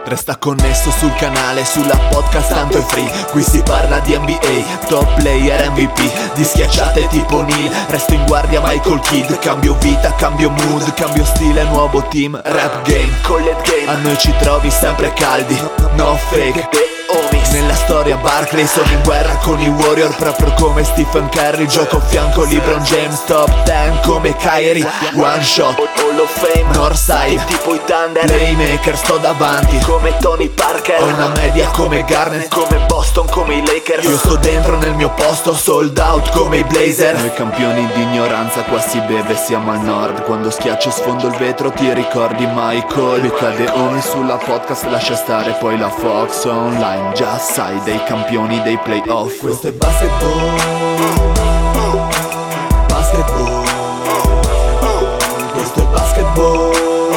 Resta connesso sul canale, sulla podcast tanto è free. Qui si parla di NBA, top player MVP, di schiacciate tipo Neil. Resto in guardia Michael Kidd. Cambio vita, cambio mood, cambio stile, nuovo team. Rap game, collet game, a noi ci trovi sempre caldi. No fake, homies. Nella storia Barkley, sono in guerra con i Warrior, proprio come Stephen Curry. Gioco a fianco LeBron James, top 10 come Kyrie. One shot, Hall of Fame, Northside, tipo i Thunder. Playmaker, sto davanti come Tony Parker. Ho una media come Garnett, come Boston, come i Lakers. Io sto dentro nel mio posto, sold out come i Blazer. Noi campioni di ignoranza, qua si beve, siamo al nord. Quando schiaccio sfondo il vetro ti ricordi Michael. Mi cade ogni sulla podcast, lascia stare poi la Fox online. Già sai, dei campioni dei playoff. Questo è basketball, basketball. Questo è basketball,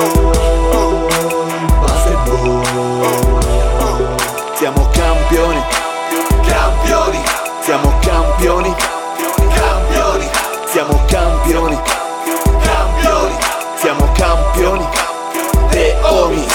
basketball. Siamo campioni, campioni. Siamo campioni, campioni. Siamo campioni, campioni. Siamo campioni, The Homies.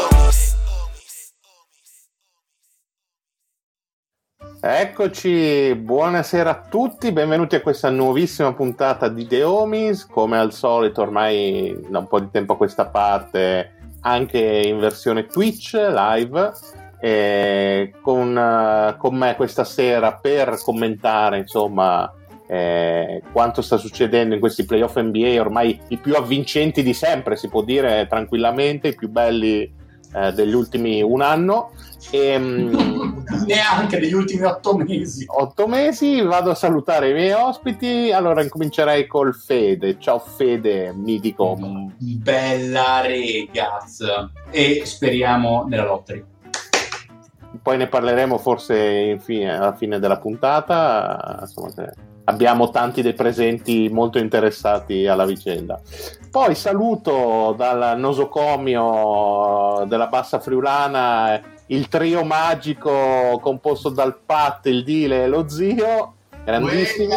Eccoci, buonasera a tutti, benvenuti a questa nuovissima puntata di The Homies. Come al solito, ormai da un po' di tempo a questa parte, anche in versione Twitch live, con me questa sera per commentare, insomma, quanto sta succedendo in questi playoff NBA, ormai i più avvincenti di sempre, si può dire tranquillamente, i più belli degli ultimi un anno. Neanche degli ultimi 8 mesi. 8 mesi, vado a salutare i miei ospiti. Allora incomincerei col Fede. Ciao Fede, mitico. Bella regaz. E speriamo nella lottery. Poi ne parleremo forse alla fine della puntata. Insomma, abbiamo tanti dei presenti molto interessati alla vicenda. Poi saluto dal nosocomio della Bassa Friulana il trio magico composto dal Pat, il Dile e lo Zio. Grandissimi.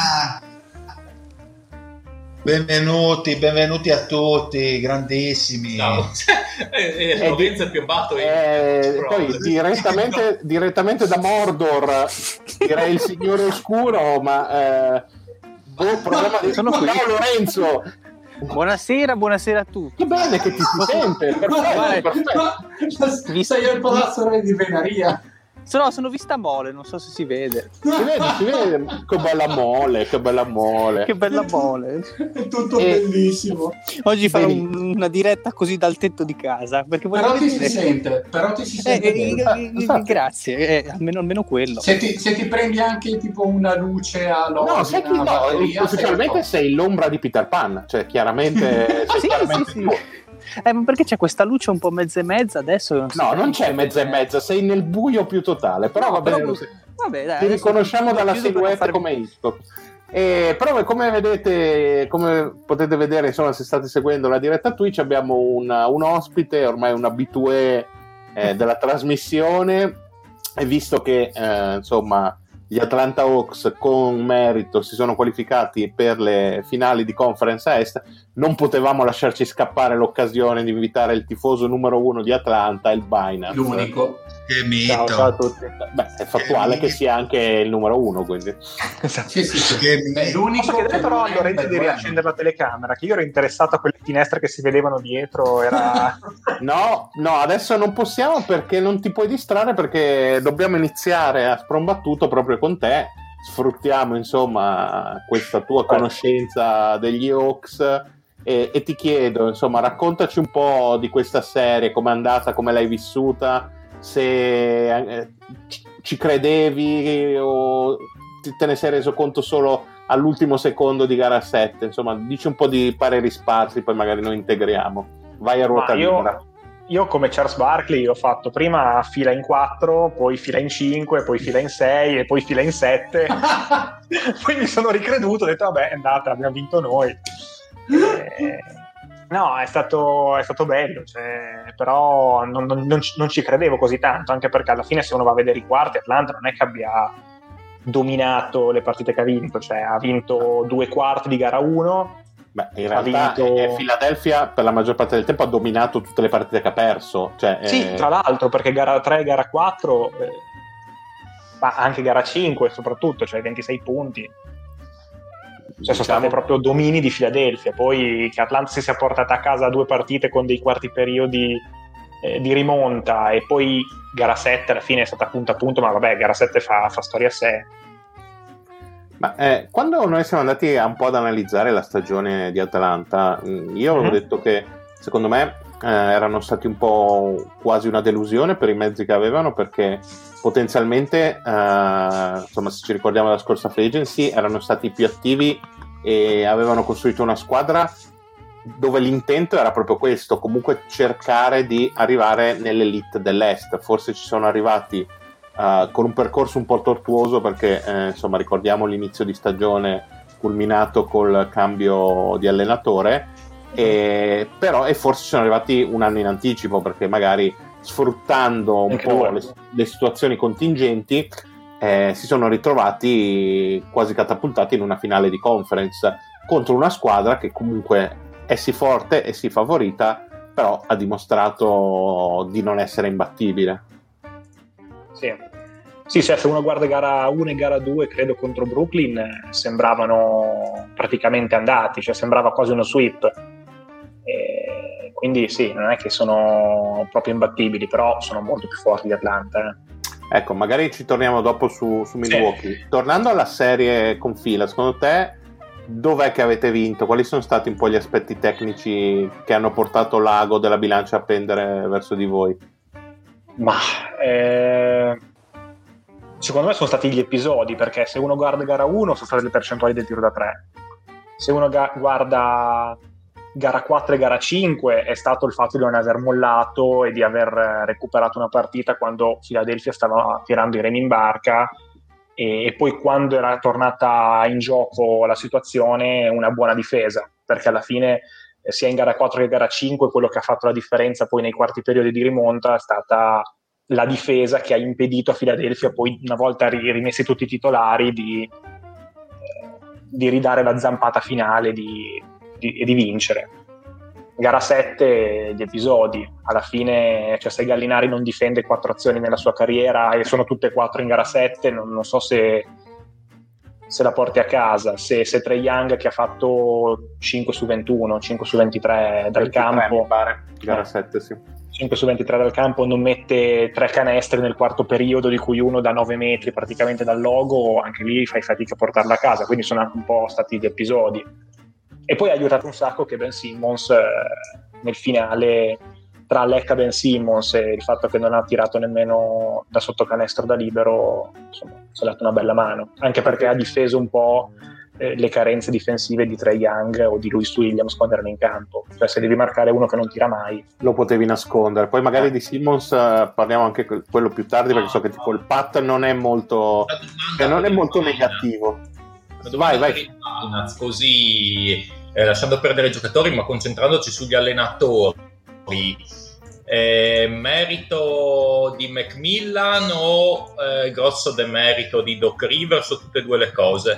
Benvenuti a tutti, grandissimi. Ciao. Lorenzo è piombato poi direttamente da Mordor, direi il Signore Oscuro, ma problema di... Sono qui. Ciao Lorenzo. Buonasera a tutti. Che bene che ti si sente. Perfetto. Sei al palazzo re di Venaria. Sono vista mole, non so se si vede. Si vede. Che bella mole. Che bella mole. È tutto bellissimo. Oggi farò una diretta così dal tetto di casa. Perché però ti si sente. Grazie, almeno quello. Se ti prendi anche tipo una luce a no, ufficialmente sei l'ombra di Peter Pan. Cioè chiaramente sì. Ma perché c'è questa luce un po' mezza e mezza adesso? Non c'è mezza e mezza, sei nel buio più totale, però vabbè, dai, ti riconosciamo dalla silhouette come Hitchcock. Però come potete vedere, insomma, se state seguendo la diretta Twitch, abbiamo un ospite, ormai un abitué della trasmissione, e visto che insomma gli Atlanta Hawks con merito si sono qualificati per le finali di Conference Est, non potevamo lasciarci scappare l'occasione di invitare il tifoso numero 1 di Atlanta, il Binance. L'unico. Che mito. Ciao a tutti. È fattuale che sia anche il numero 1, quindi. Sì. L'unico. Posso chiedere però a Lorenzo di riaccendere la telecamera, che io ero interessato a quelle finestre che si vedevano dietro. No, adesso non possiamo, perché non ti puoi distrarre, perché dobbiamo iniziare a sprombattuto proprio con te. Sfruttiamo insomma questa tua conoscenza degli Hawks e ti chiedo, insomma, raccontaci un po' di questa serie, com'è andata, come l'hai vissuta, se ci credevi o te ne sei reso conto solo all'ultimo secondo di gara 7. Insomma, dici un po' di pareri sparsi, poi magari noi integriamo. Vai a ruota libera. Io come Charles Barkley ho fatto prima fila in 4, poi fila in 5, poi fila in 6 e poi fila in 7. Poi mi sono ricreduto, ho detto vabbè, è andata, abbiamo vinto noi. No, è stato bello, cioè, però non ci credevo così tanto, anche perché alla fine, se uno va a vedere i quarti, Atlanta non è che abbia dominato le partite che ha vinto, cioè ha vinto 2 quarti di gara 1 Beh, in realtà Philadelphia per la maggior parte del tempo ha dominato tutte le partite che ha perso. Sì, tra l'altro, perché gara 3 gara 4, ma anche gara 5 soprattutto, cioè 26 punti. Cioè sono state proprio domini di Philadelphia. Poi che Atlanta si sia portata a casa 2 partite con dei quarti periodi di rimonta, e poi gara 7 alla fine è stata punto a punto, ma vabbè, gara 7 fa storia a sé. Ma quando noi siamo andati un po' ad analizzare la stagione di Atlanta, io avevo detto che secondo me erano stati un po' quasi una delusione per i mezzi che avevano, perché potenzialmente insomma, se ci ricordiamo della scorsa free agency, erano stati più attivi e avevano costruito una squadra dove l'intento era proprio questo, comunque cercare di arrivare nell'elite dell'Est. Forse ci sono arrivati con un percorso un po' tortuoso, perché insomma ricordiamo l'inizio di stagione culminato col cambio di allenatore, però forse sono arrivati un anno in anticipo, perché magari sfruttando un po' le situazioni contingenti si sono ritrovati quasi catapultati in una finale di conference contro una squadra che comunque è sì forte e sì favorita, però ha dimostrato di non essere imbattibile. Sì, cioè, se uno guarda gara 1 e gara 2, credo contro Brooklyn, sembravano praticamente andati, cioè sembrava quasi uno sweep. Quindi sì, non è che sono proprio imbattibili, però sono molto più forti di Atlanta. Ecco, magari ci torniamo dopo su Milwaukee. Sì. Tornando alla serie con Fila, secondo te dov'è che avete vinto? Quali sono stati un po' gli aspetti tecnici che hanno portato l'ago della bilancia a pendere verso di voi? Ma secondo me sono stati gli episodi, perché se uno guarda gara 1 sono state le percentuali del tiro da 3, se uno guarda gara 4 e gara 5 è stato il fatto di non aver mollato e di aver recuperato una partita quando Philadelphia stava tirando i remi in barca, e poi quando era tornata in gioco la situazione una buona difesa, perché alla fine sia in gara 4 che gara 5 quello che ha fatto la differenza poi nei quarti periodi di rimonta è stata la difesa, che ha impedito a Philadelphia poi, una volta rimessi tutti i titolari, di ridare la zampata finale e di vincere. Gara 7 gli episodi, alla fine, cioè, se Gallinari non difende 4 azioni nella sua carriera e sono tutte 4 in gara 7, non so se la porti a casa. Se Trae Young, che ha fatto 5 su 21, 5 su 23 dal 23, campo, mi pare, gara 7, sì. 5 su 23 dal campo, non mette 3 canestri nel quarto periodo, di cui uno da 9 metri praticamente dal logo, anche lì fai fatica a portarla a casa. Quindi sono anche un po' stati gli episodi. E poi ha aiutato un sacco che Ben Simmons nel finale, tra Lecca, Ben Simmons e il fatto che non ha tirato nemmeno da sotto canestro da libero, insomma, si è dato una bella mano, anche perché ha difeso un po' le carenze difensive di Trae Young o di Louis Williams quando erano in campo. Cioè, se devi marcare uno che non tira mai, lo potevi nascondere. Poi magari di Simmons parliamo anche quello più tardi, perché so che tipo il pat non è molto negativo. Vai. Così lasciando perdere i giocatori ma concentrandoci sugli allenatori, merito di McMillan o grosso demerito di Doc Rivers, o tutte e due le cose?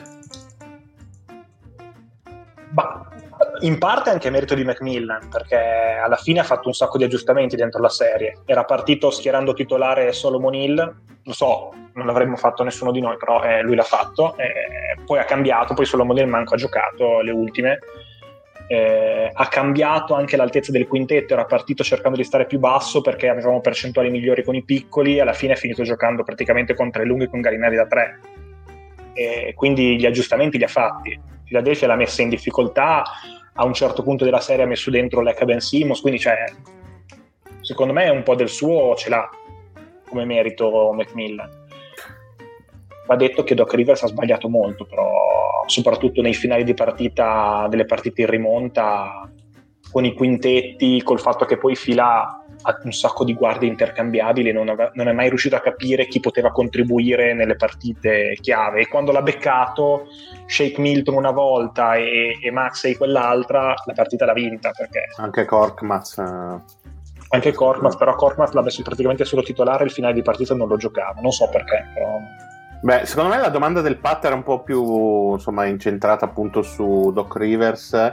In parte anche merito di McMillan, perché alla fine ha fatto un sacco di aggiustamenti dentro la serie. Era partito schierando titolare Solomon Hill, lo so, non l'avremmo fatto nessuno di noi, però lui l'ha fatto, poi ha cambiato, poi Solomon Hill manco ha giocato le ultime, ha cambiato anche l'altezza del quintetto, era partito cercando di stare più basso perché avevamo percentuali migliori con i piccoli, alla fine è finito giocando praticamente con 3 lunghi con Gallinari da 3, quindi gli aggiustamenti li ha fatti. Philadelphia l'ha messa in difficoltà, a un certo punto della serie ha messo dentro Lecca Ben Simmons, quindi secondo me un po' del suo ce l'ha come merito McMillan. Va detto che Doc Rivers ha sbagliato molto, però soprattutto nei finali di partita, delle partite in rimonta, con i quintetti, col fatto che poi Fila ha un sacco di guardie intercambiabili, non è mai riuscito a capire chi poteva contribuire nelle partite chiave, e quando l'ha beccato Shake Milton una volta e Maxey quell'altra, la partita l'ha vinta, perché anche Korkmaz però Korkmaz l'ha messo praticamente solo titolare, il finale di partita non lo giocava, non so perché, però... Beh, secondo me la domanda del Pat era un po' più, insomma, incentrata appunto su Doc Rivers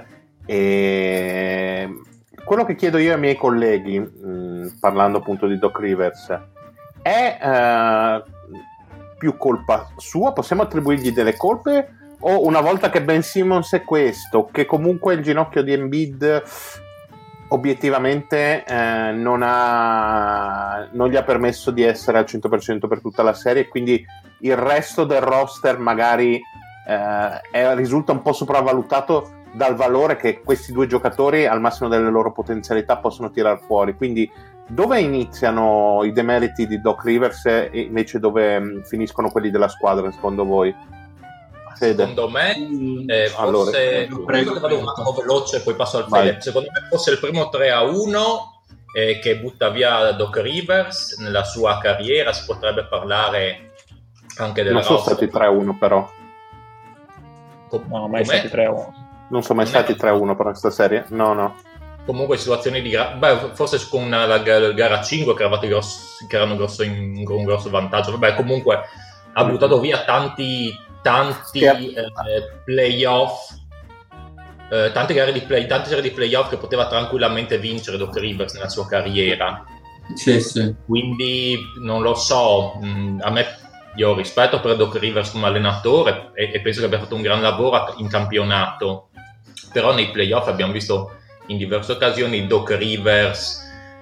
E quello che chiedo io ai miei colleghi, parlando appunto di Doc Rivers, è più colpa sua? Possiamo attribuirgli delle colpe? O una volta che Ben Simmons è questo, che comunque il ginocchio di Embiid obiettivamente non gli ha permesso di essere al 100% per tutta la serie, e quindi il resto del roster magari risulta un po' sopravvalutato dal valore che questi due giocatori al massimo delle loro potenzialità possono tirar fuori. Quindi dove iniziano i demeriti di Doc Rivers e invece dove finiscono quelli della squadra, secondo voi? Secondo me forse prego. vado un attimo veloce, poi passo al Fede. Secondo me forse il primo 3-1 che butta via Doc Rivers nella sua carriera. Si potrebbe parlare anche della non sono stati 3-1 però no, mai stati 3-1. Non sono mai stati 3-1 per questa serie, no. Comunque situazioni di forse con la gara 5 che erano un grosso vantaggio. Vabbè, comunque ha buttato via tanti playoff, tante serie di playoff che poteva tranquillamente vincere Doc Rivers nella sua carriera. Sì. Quindi non lo so, a me, io ho rispetto per Doc Rivers come allenatore e penso che abbia fatto un gran lavoro in campionato, però nei playoff abbiamo visto in diverse occasioni Doc Rivers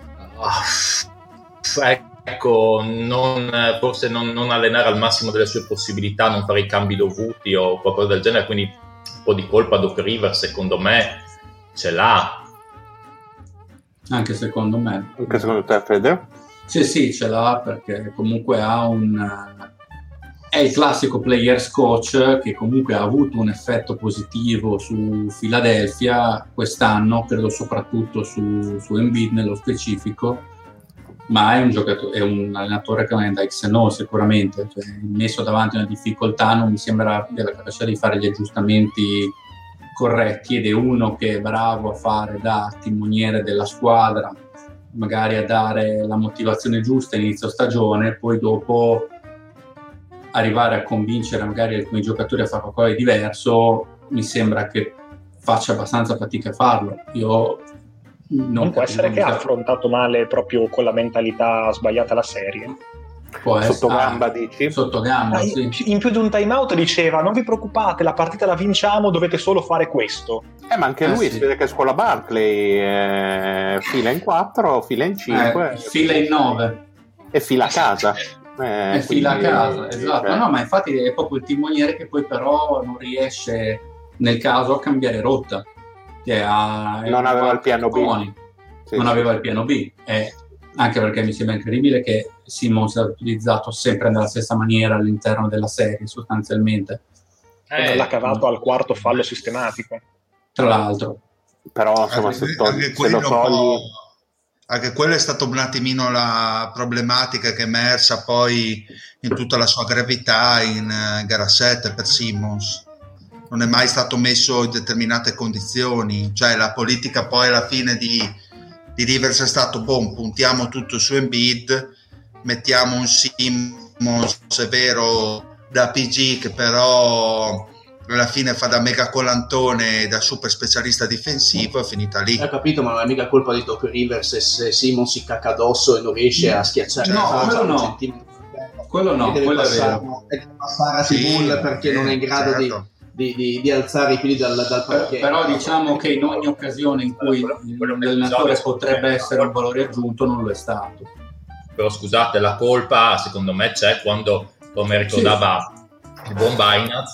ecco, forse non allenare al massimo delle sue possibilità, non fare i cambi dovuti o qualcosa del genere, quindi un po' di colpa Doc Rivers secondo me ce l'ha. Anche secondo me. Anche secondo te, Fede? Sì, ce l'ha, perché comunque è il classico players coach che comunque ha avuto un effetto positivo su Philadelphia quest'anno, credo soprattutto su Embiid nello specifico, ma è un giocatore, è un allenatore che non è da X no, sicuramente, cioè, messo davanti a una difficoltà non mi sembra abbia la capacità di fare gli aggiustamenti corretti, ed è uno che è bravo a fare da timoniere della squadra, magari a dare la motivazione giusta inizio stagione, poi dopo arrivare a convincere magari alcuni giocatori a fare qualcosa di diverso. Mi sembra che faccia abbastanza fatica a farlo. Io non può essere che ha affrontato male proprio con la mentalità sbagliata la serie. Sotto gamba, dici? Sotto gamba, sì. In più di un time out diceva: non vi preoccupate, la partita la vinciamo, dovete solo fare questo. Ma anche lui si vede che scuola Barclay, fila in 4, fila in 5, fila in 9 e fila a casa. Fila a casa, esatto. Cioè... No, ma infatti è proprio il timoniere che poi però non riesce nel caso a cambiare rotta. Non aveva il piano B. Non aveva il piano B. Anche perché mi sembra incredibile che Simmons sia utilizzato sempre nella stessa maniera all'interno della serie, sostanzialmente. L'ha cavato al quarto fallo sistematico. Tra l'altro. Però insomma, se lo togli... Anche quello è stato un attimino la problematica che è emersa poi in tutta la sua gravità in gara 7 per Simmons. Non è mai stato messo in determinate condizioni, cioè la politica poi alla fine di Rivers è stato puntiamo tutto su Embiid, mettiamo un Simmons, è vero, da PG, che però alla fine fa da mega colantone, da super specialista difensivo, è finita lì. Ho capito, ma non è mica colpa di Doc Rivers se Simon si cacca addosso e non riesce a schiacciare quello no, deve quello passare a Tibul perché non è in grado di alzare i piedi dal parquet. Però diciamo che in ogni occasione in cui l'allenatore potrebbe essere un valore aggiunto non lo è stato. Però scusate, la colpa secondo me c'è quando, come ricordava il buon Binance,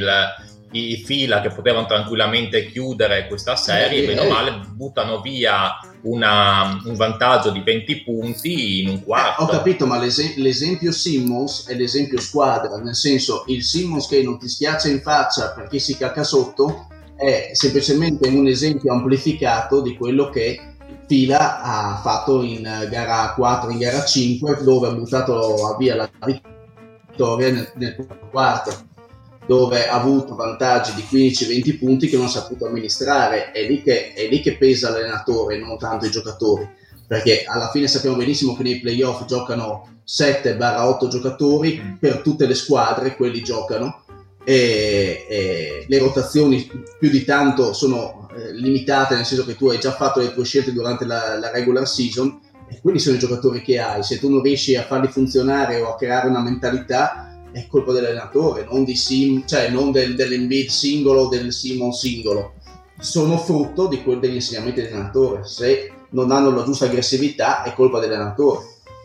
i fila che potevano tranquillamente chiudere questa serie, meno male buttano via un vantaggio di 20 punti in un quarto. Ho capito, ma l'esempio Simmons è l'esempio squadra, nel senso, il Simmons che non ti schiaccia in faccia perché si cacca sotto è semplicemente un esempio amplificato di quello che Fila ha fatto in gara 4, in gara 5, dove ha buttato via la vittoria nel quarto, dove ha avuto vantaggi di 15-20 punti che non ha saputo amministrare. È lì che pesa l'allenatore, non tanto i giocatori, perché alla fine sappiamo benissimo che nei playoff giocano 7-8 giocatori per tutte le squadre, quelli giocano, e le rotazioni più di tanto sono limitate, nel senso che tu hai già fatto le tue scelte durante la regular season, e quelli sono i giocatori che hai. Se tu non riesci a farli funzionare o a creare una mentalità, è colpa dell'allenatore, non non dell'Embiid singolo o del Simmons singolo. Sono frutto degli insegnamenti dell'allenatore. Se non hanno la giusta aggressività, è colpa dell'allenatore.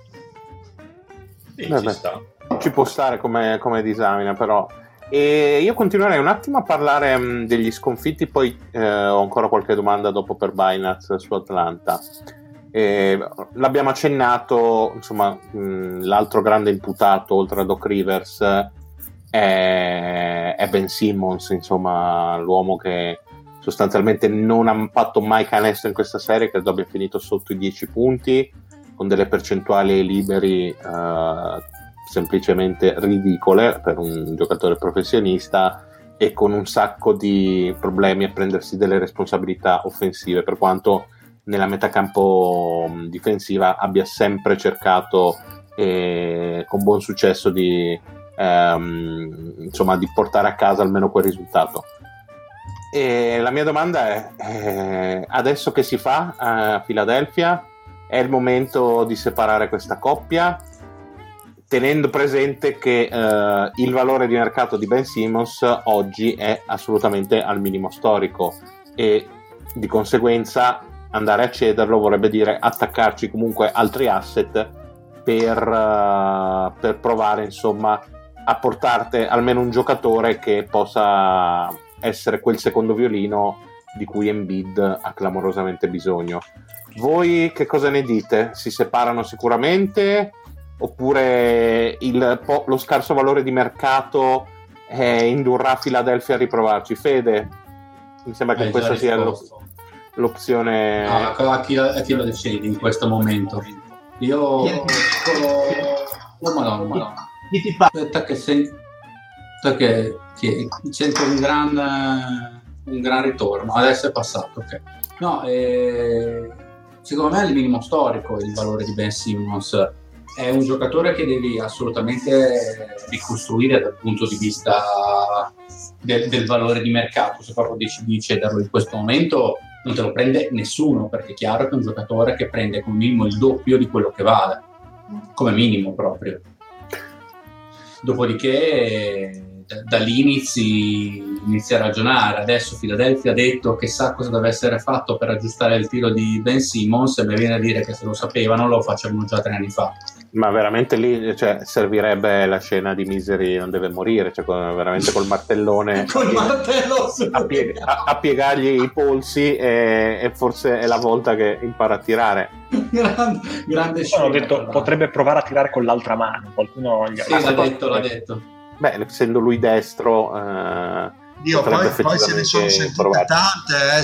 Sì, ci sta. Ci può stare come disamina, però. E io continuerei un attimo a parlare degli sconfitti, poi ho ancora qualche domanda dopo per Binance su Atlanta. L'abbiamo accennato, insomma, l'altro grande imputato oltre a Doc Rivers è Ben Simmons, insomma, l'uomo che sostanzialmente non ha fatto mai canestro in questa serie, credo abbia finito sotto i 10 punti con delle percentuali liberi semplicemente ridicole per un giocatore professionista, e con un sacco di problemi a prendersi delle responsabilità offensive, per quanto nella metacampo difensiva abbia sempre cercato con buon successo di portare a casa almeno quel risultato. E la mia domanda è adesso che si fa a Philadelphia? È il momento di separare questa coppia, tenendo presente che il valore di mercato di Ben Simmons oggi è assolutamente al minimo storico, e di conseguenza andare a cederlo vorrebbe dire attaccarci comunque altri asset per provare, insomma, a portarti almeno un giocatore che possa essere quel secondo violino di cui Embiid ha clamorosamente bisogno. Voi che cosa ne dite? Si separano sicuramente, oppure lo scarso valore di mercato indurrà Philadelphia a riprovarci? Fede, mi sembra che questa sia l'opzione. A chi lo decidi in questo momento? Io Madonna. Chi ti parla? Aspetta che sento un gran ritorno. Adesso è passato, ok. No, secondo me è il minimo storico il valore di Ben Simmons. È un giocatore che devi assolutamente ricostruire dal punto di vista del valore di mercato. Se proprio decidi di cederlo in questo momento, non te lo prende nessuno, perché è chiaro che è un giocatore che prende come minimo il doppio di quello che vale, come minimo proprio. Dopodiché da lì inizi a ragionare. Adesso Philadelphia ha detto che sa cosa deve essere fatto per aggiustare il tiro di Ben Simmons, e mi viene a dire che se lo sapevano lo facevano già 3 anni fa. Ma veramente lì, cioè, servirebbe la scena di Misery non deve morire, cioè veramente col martellone a piegargli i polsi, e forse è la volta che impara a tirare. grande scena. Ho detto potrebbe provare a tirare con l'altra mano, qualcuno gli l'ha detto. Beh, essendo lui destro, poi se ne sono sentite tante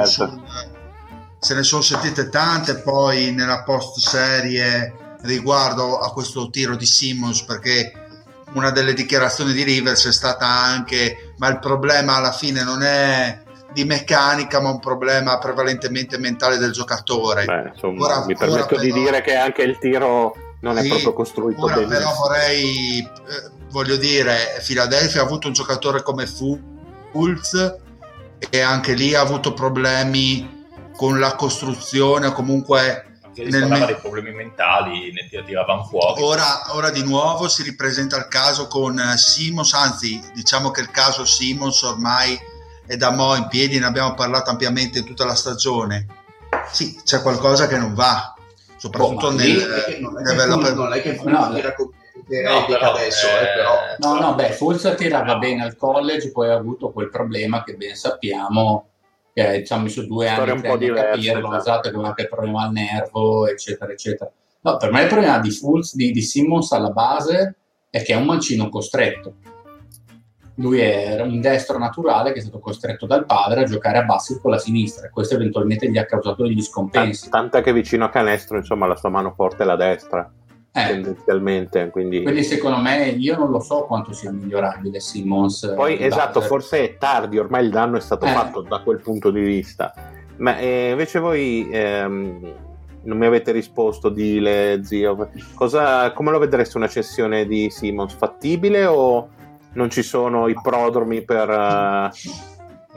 se ne sono sentite tante poi nella post serie riguardo a questo tiro di Simmons, perché una delle dichiarazioni di Rivers è stata anche: ma il problema alla fine non è di meccanica, ma un problema prevalentemente mentale del giocatore. Beh, insomma, mi permetto di dire che anche il tiro non è proprio costruito bene. Però voglio dire, Philadelphia ha avuto un giocatore come Fultz, e anche lì ha avuto problemi con la costruzione, o comunque riscontrava dei problemi mentali, ne tiravano fuori. Ora di nuovo si ripresenta il caso con Simmons, anzi diciamo che il caso Simmons ormai è da mo' in piedi, ne abbiamo parlato ampiamente in tutta la stagione. Sì, c'è qualcosa che non va, soprattutto nel development. Non è che adesso, però. No, Fultz tirava bene al college, poi ha avuto quel problema che ben sappiamo, che ci ha messo 2 anni un po' diversa, capirlo, esatto, che aveva anche il problema al nervo, eccetera, eccetera. No, per me il problema di Fultz, di Simmons alla base, è che è un mancino costretto. Lui era un destro naturale che è stato costretto dal padre a giocare a basket con la sinistra, e questo eventualmente gli ha causato degli scompensi. Tant'è che vicino a canestro, insomma, la sua mano forte è la destra, tendenzialmente. Quindi secondo me, io non lo so quanto sia migliorabile Simmons. Poi esatto, forse è tardi, ormai il danno è stato fatto da quel punto di vista. Ma invece voi non mi avete risposto, Dile, zio. Come lo vedreste una cessione di Simmons? Fattibile, o non ci sono i prodromi per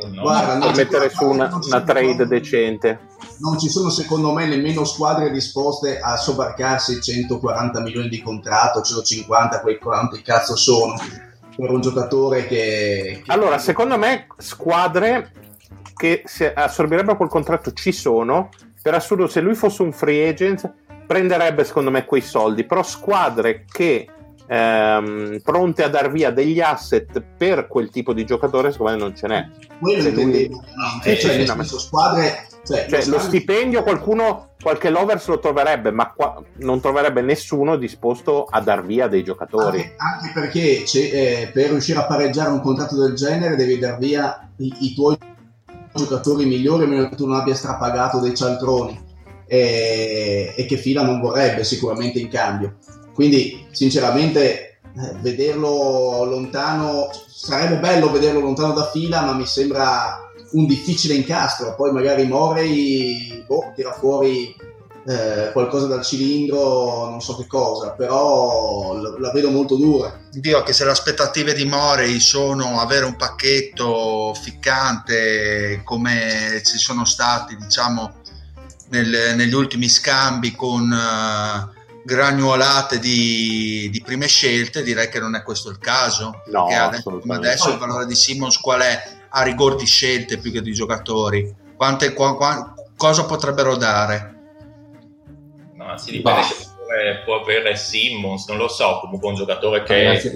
No. Guarda, Per mettere su una trade decente. Non ci sono secondo me nemmeno squadre disposte a sobbarcarsi 140 milioni di contratto, 150, quanti cazzo sono, per un giocatore che... Allora, secondo me squadre che assorbirebbero quel contratto ci sono. Per assurdo, se lui fosse un free agent prenderebbe secondo me quei soldi, però squadre che pronte a dar via degli asset per quel tipo di giocatore secondo me non ce n'è. Quello intendevo, cioè, nel senso, squadre... Cioè, lo stipendio qualche lover se lo troverebbe, ma non troverebbe nessuno disposto a dar via dei giocatori. Anche perché per riuscire a pareggiare un contratto del genere devi dar via i tuoi giocatori migliori, a meno che tu non abbia strapagato dei cialtroni, e che Fila non vorrebbe sicuramente in cambio. Quindi sinceramente vederlo lontano, sarebbe bello vederlo lontano da Fila, ma mi sembra un difficile incastro. Poi magari Morey tira fuori qualcosa dal cilindro, non so che cosa, però la vedo molto dura. Dio, che se le aspettative di Morey sono avere un pacchetto ficcante come ci sono stati, diciamo, negli ultimi scambi con granulate di prime scelte, direi che non è questo il caso. No, adesso il valore di Simmons qual è? A rigor di scelte più che di giocatori, cosa potrebbero dare? No, si dipende che può avere Simmons, non lo so, comunque un giocatore che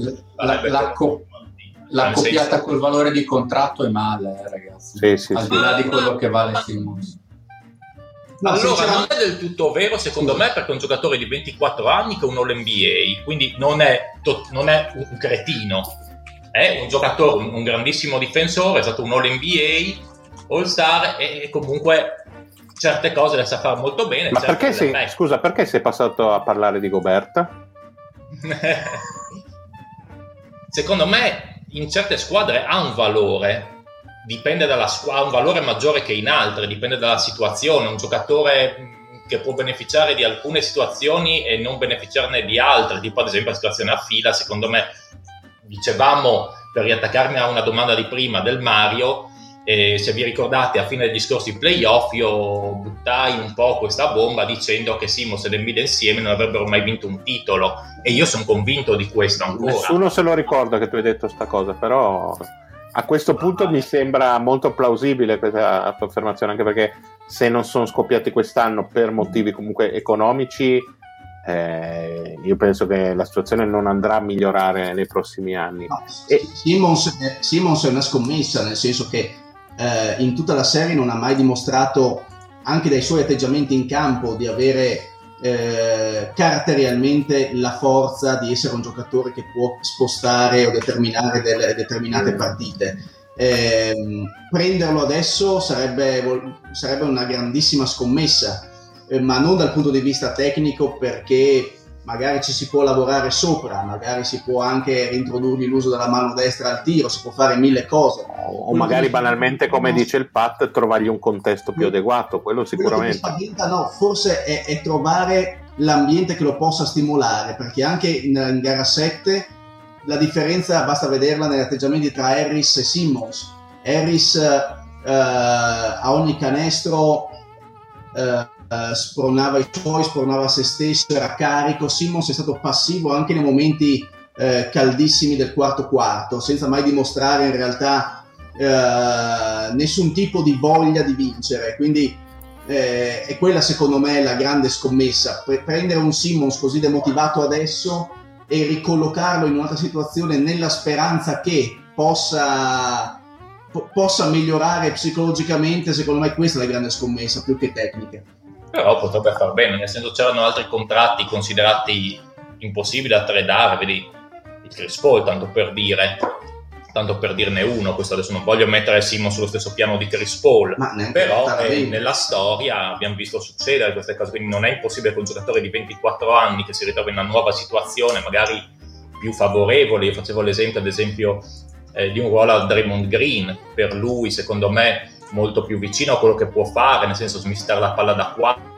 la coppiata col valore di contratto è male, ragazzi. Sì, al di là di quello che vale Simmons. No, allora non è del tutto vero secondo me, perché è un giocatore di 24 anni che è un All-NBA, quindi non è un cretino, è un giocatore, un grandissimo difensore, è stato un All-NBA, All-Star, e comunque certe cose le sa fare molto bene. Ma perché sei passato a parlare di Gobert? Secondo me in certe squadre ha un valore, dipende dalla squadra, ha un valore maggiore che in altre, dipende dalla situazione. Un giocatore che può beneficiare di alcune situazioni e non beneficiarne di altre, tipo ad esempio la situazione a Fila. Secondo me, dicevamo, per riattaccarmi a una domanda di prima del Mario, se vi ricordate a fine degli scorsi playoff io buttai un po' questa bomba dicendo che Simmons ed Embiid insieme non avrebbero mai vinto un titolo, e io sono convinto di questo ancora. Nessuno se lo ricorda che tu hai detto sta cosa, però a questo punto mi sembra molto plausibile questa affermazione, anche perché se non sono scoppiati quest'anno per motivi comunque economici, io penso che la situazione non andrà a migliorare nei prossimi anni. No, Simmons è una scommessa, nel senso che in tutta la serie non ha mai dimostrato, anche dai suoi atteggiamenti in campo, di avere caratterialmente la forza di essere un giocatore che può spostare o determinare determinate partite. Prenderlo adesso sarebbe una grandissima scommessa, ma non dal punto di vista tecnico, perché magari ci si può lavorare sopra, magari si può anche reintrodurgli l'uso della mano destra al tiro, si può fare mille cose. O magari banalmente, come dice il Pat, trovargli un contesto più adeguato, quello sicuramente. No, forse è trovare l'ambiente che lo possa stimolare, perché anche in gara 7 la differenza basta vederla negli atteggiamenti tra Harris e Simmons. Harris a ogni canestro spronava i suoi, spronava se stesso, era carico. Simmons è stato passivo anche nei momenti caldissimi del quarto, senza mai dimostrare in realtà nessun tipo di voglia di vincere. Quindi è quella secondo me la grande scommessa, prendere un Simmons così demotivato adesso e ricollocarlo in un'altra situazione nella speranza che possa migliorare psicologicamente. Secondo me questa è la grande scommessa, più che tecnica. Però potrebbe far bene, nel senso, c'erano altri contratti considerati impossibili da tradare, vedi il Chris Paul, tanto per dirne uno. Questo adesso non voglio mettere Simmons sullo stesso piano di Chris Paul, però nella storia abbiamo visto succedere queste cose, quindi non è impossibile che un giocatore di 24 anni che si ritrova in una nuova situazione, magari più favorevole. Io facevo l'esempio ad esempio di un ruolo a Draymond Green, per lui secondo me molto più vicino a quello che può fare, nel senso smistare la palla da 4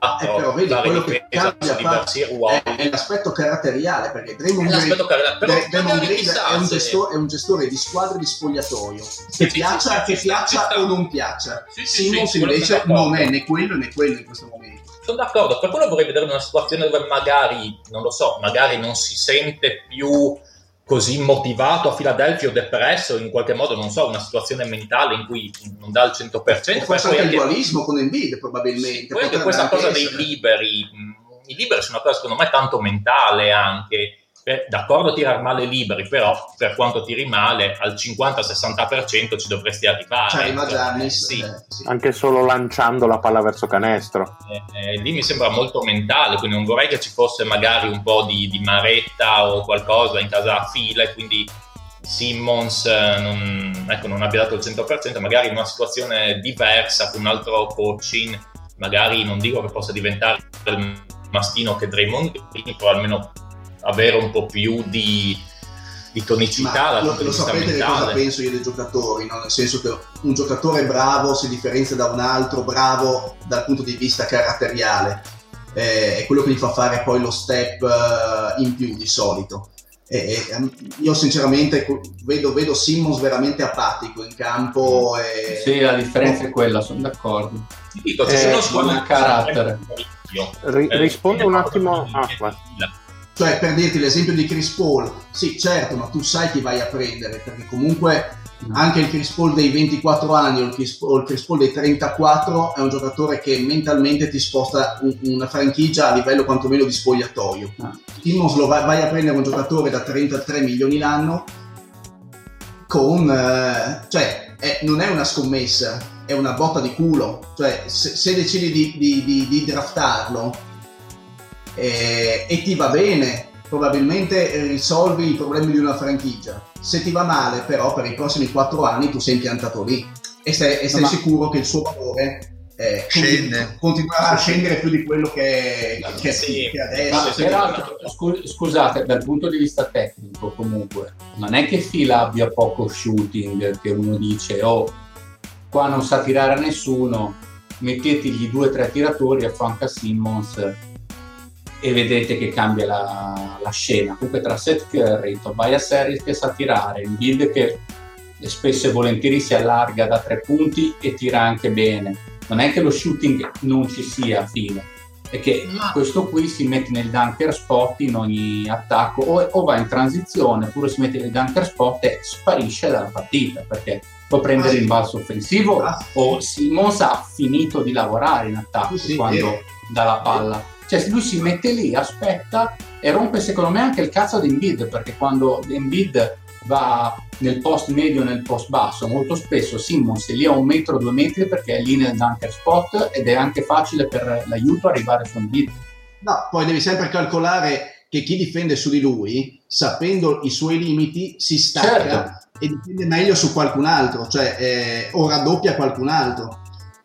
però vedi, fare quello che difesa cambia su diversi ruoli. è l'aspetto caratteriale, perché Draymond L'aspetto caratteriale, però Green magari chissà è un gestore di squadre di spogliatoio, che piaccia o non piaccia. Simmons invece non è né quello né quello in questo momento. Sono d'accordo, per quello vorrei vedere una situazione dove magari, non lo so, magari non si sente più così motivato a Philadelphia o depresso, in qualche modo, non so, una situazione mentale in cui non dà il 100%. O forse anche il dualismo con Embiid, probabilmente. Sì, poi anche questa cosa dei liberi, i liberi sono una cosa secondo me tanto mentale anche. D'accordo tirare male i liberi, però per quanto tiri male al 50-60% ci dovresti arrivare. Cioè, arriva Giannis, sì. Anche solo lanciando la palla verso canestro. Lì mi sembra molto mentale, quindi non vorrei che ci fosse magari un po' di maretta o qualcosa in casa a fila e quindi Simmons non abbia dato il 100%, magari in una situazione diversa con un altro coaching, magari non dico che possa diventare il mastino che Draymond Green, però almeno avere un po' più di tonicità dal punto di vista mentale. Lo sapete cosa penso io dei giocatori, no? Nel senso che un giocatore bravo si differenzia da un altro bravo dal punto di vista caratteriale, è quello che gli fa fare poi lo step in più di solito. Io sinceramente vedo Simmons veramente apatico in campo. Sì, la differenza è quella, sono d'accordo. Dico, ci sono un carattere. Rispondo un attimo. Cioè, per dirti l'esempio di Chris Paul, sì, certo, ma tu sai chi vai a prendere, perché comunque anche il Chris Paul dei 24 anni o il Chris Paul dei 34 è un giocatore che mentalmente ti sposta una franchigia a livello quantomeno di spogliatoio. Simmons vai a prendere un giocatore da 33 milioni l'anno con non è una scommessa, è una botta di culo. Cioè, se decidi di draftarlo e ti va bene, probabilmente risolvi i problemi di una franchigia. Se ti va male, però, per i prossimi 4 anni tu sei impiantato lì e stai sicuro che il suo valore continuerà a scendere più di quello che adesso. Peraltro, scusate, dal punto di vista tecnico, comunque, non è che Fila abbia poco shooting, che uno dice qua non sa tirare a nessuno, mettetegli 2 o 3 tiratori a fianco a Simmons e vedete che cambia la scena. Comunque tra Seth Curry, Tobias Harris che sa tirare, Embiid che spesso e volentieri si allarga da 3 punti e tira anche bene, non è che lo shooting non ci sia a fila, è che questo qui si mette nel dunker spot in ogni attacco o va in transizione oppure si mette nel dunker spot e sparisce dalla partita, perché può prendere il balzo offensivo o Simmons ha finito di lavorare in attacco quando dà la palla. Cioè, lui si mette lì, aspetta e rompe secondo me anche il cazzo di Embiid, perché quando Embiid va nel post medio nel post basso molto spesso Simmons è lì a 1 metro 2 metri perché è lì nel dunker spot ed è anche facile per l'aiuto arrivare su Embiid. No, poi devi sempre calcolare che chi difende su di lui, sapendo i suoi limiti, si stacca e difende meglio su qualcun altro, cioè o raddoppia qualcun altro.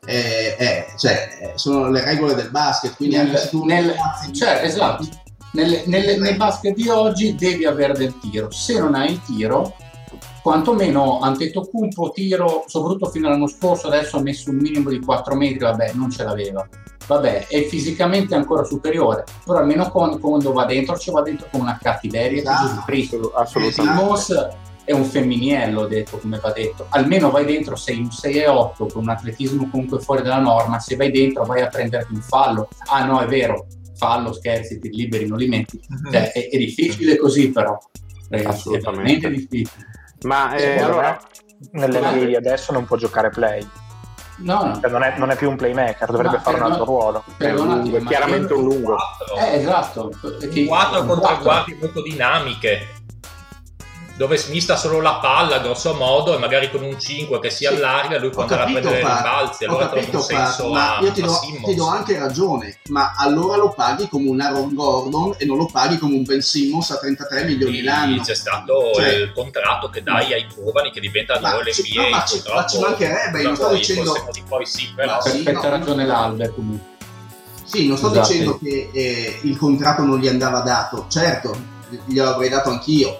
Sono le regole del basket, quindi anche se tu esatto. Nel basket di oggi devi avere del tiro, se non hai il tiro, quantomeno Antetokounmpo tiro, soprattutto fino all'anno scorso, adesso ha messo un minimo di 4 metri, vabbè, non ce l'aveva, vabbè, è fisicamente ancora superiore, però almeno quando va dentro ci va dentro con una cattiveria di Gesù Cristo. Assolutamente. È un femminiello, detto come va detto, almeno vai dentro, sei un 6'8" con un atletismo comunque fuori dalla norma, se vai dentro vai a prenderti un fallo, no è vero, fallo, scherzi, ti liberi, non li metti, cioè, è difficile così, però ragazzi, è veramente difficile. Ma allora nell'NBA di adesso non può giocare play, no. Non è più un playmaker, dovrebbe fare un altro ruolo, è chiaramente un lungo, esatto, 4 contro guardie molto dinamiche dove mista solo la palla grosso modo e magari con un 5 che si allarga lui può andare a prendere i rimbalzi, allora trovo un senso io ti do anche ragione, ma allora lo paghi come un Aaron Gordon e non lo paghi come un Ben Simmons a 33 milioni l'anno. C'è stato il contratto che dai ai giovani che diventano l'NBA, ma ci mancherebbe, non sto dicendo poi sì, però perfetta ragione l'Albe comunque. Sì, non sto dicendo che il contratto non gli andava dato, certo glielo avrei dato anch'io,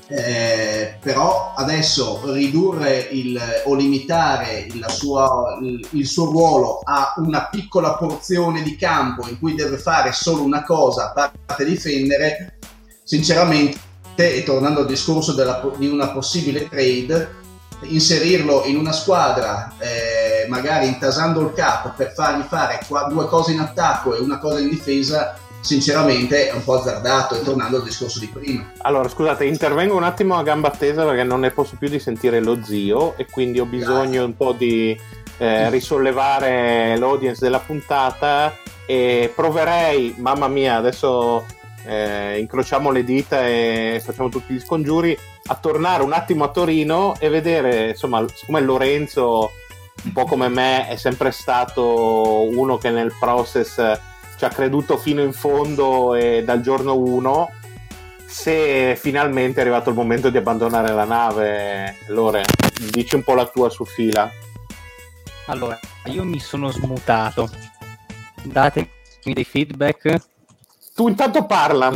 però adesso ridurre o limitare il suo ruolo a una piccola porzione di campo in cui deve fare solo una cosa, a parte difendere, sinceramente, e tornando al discorso di una possibile trade, inserirlo in una squadra, magari intasando il capo per fargli fare 2 cose in attacco e una cosa in difesa, sinceramente è un po' azzardato, e tornando al discorso di prima. Allora, scusate, intervengo un attimo a gamba tesa perché non ne posso più di sentire lo zio e quindi ho bisogno un po' di risollevare l'audience della puntata, e proverei, mamma mia, adesso incrociamo le dita e facciamo tutti gli scongiuri, a tornare un attimo a Torino e vedere, insomma, siccome Lorenzo, un po' come me, è sempre stato uno che nel process ci ha creduto fino in fondo e dal giorno 1, se finalmente è arrivato il momento di abbandonare la nave. Lore, dici un po' la tua su fila. Allora, io mi sono smutato, datemi dei feedback. Tu intanto parla.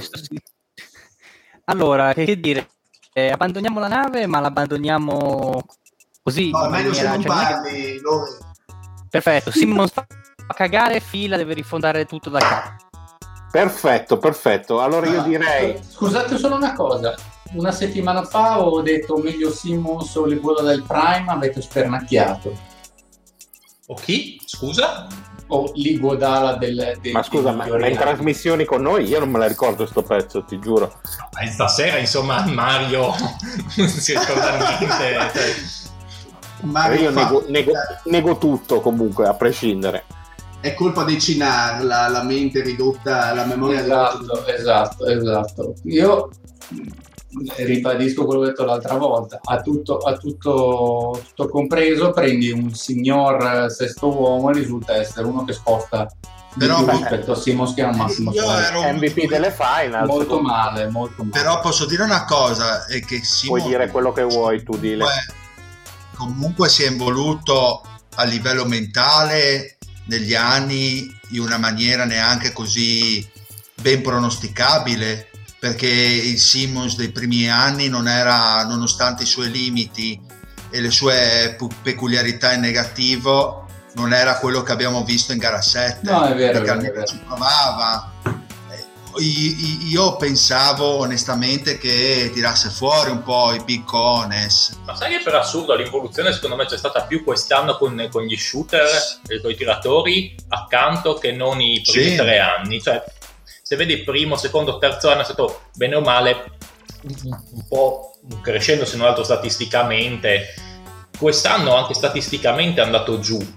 Allora, che dire, abbandoniamo la nave, ma l'abbandoniamo così? No, è meglio se non cioè, parli, Lore. Perfetto, Simon fa cagare, Fila deve rifondare tutto da capo. Perfetto. Allora io direi... Scusate solo una cosa. Una settimana fa ho detto meglio Simmons o Liguoda del Prime, avete spernacchiato. O chi? Scusa? O Liguodala del Ma scusa, ma in trasmissioni con noi io non me la ricordo sto pezzo, ti giuro. Stasera, insomma, Mario non si ricorda niente. Io nego tutto comunque, a prescindere. È colpa dei Cinar, la mente ridotta, la memoria esatto. Io ribadisco quello che ho detto l'altra volta, a tutto compreso, prendi un signor sesto uomo e risulta essere uno che sposta però rispetto a Simons, che è un massimo MVP delle finals, molto male. Però posso dire una cosa, è che Simons, puoi dire quello che vuoi, tu dile. Comunque si è involuto a livello mentale negli anni in una maniera neanche così ben pronosticabile, perché il Simons dei primi anni non era, nonostante i suoi limiti e le sue peculiarità in negativo, non era quello che abbiamo visto in gara 7. No, è vero, perché almeno ci provava. Io pensavo onestamente che tirasse fuori un po' i big cones. Ma sai che per assurdo l'involuzione secondo me c'è stata più quest'anno con gli shooter e con i tiratori accanto che non i primi 3 anni. Cioè, se vedi il primo, secondo, terzo anno è stato bene o male un po' crescendo, se non altro statisticamente. Quest'anno anche statisticamente è andato giù.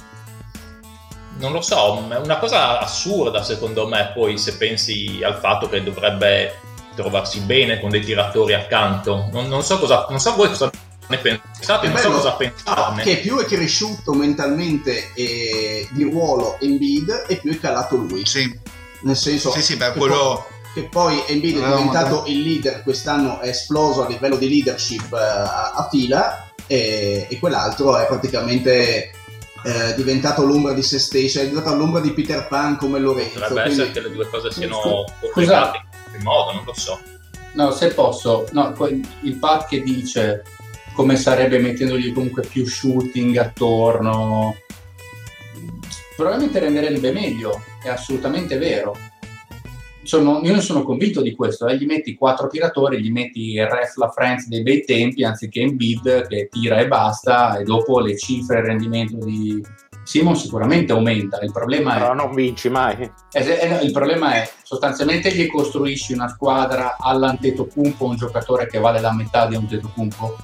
Non lo so, è una cosa assurda secondo me, poi se pensi al fatto che dovrebbe trovarsi bene con dei tiratori accanto. Non so voi cosa ne pensate, non so cosa pensarne. Che più è cresciuto mentalmente di ruolo Embiid e più è calato lui. Sì. Nel senso che poi Embiid è diventato il leader, quest'anno è esploso a livello di leadership a fila, e quell'altro è praticamente diventato l'ombra di se stesso, è diventato l'ombra di Peter Pan come Lorenzo. Potrebbe essere che le due cose siano collegate in qualche modo, non lo so. No, se posso, il Pat che dice come sarebbe mettendogli comunque più shooting attorno, probabilmente renderebbe meglio, è assolutamente vero. Io non sono convinto di questo, gli metti 4 tiratori, gli metti il ref la Friends dei bei tempi anziché Embiid che tira e basta, e dopo le cifre e il rendimento di Simon sicuramente aumenta. Il problema però non vinci mai. Il problema è sostanzialmente gli costruisci una squadra all'Antetokounmpo, un giocatore che vale la metà di un Antetokounmpo,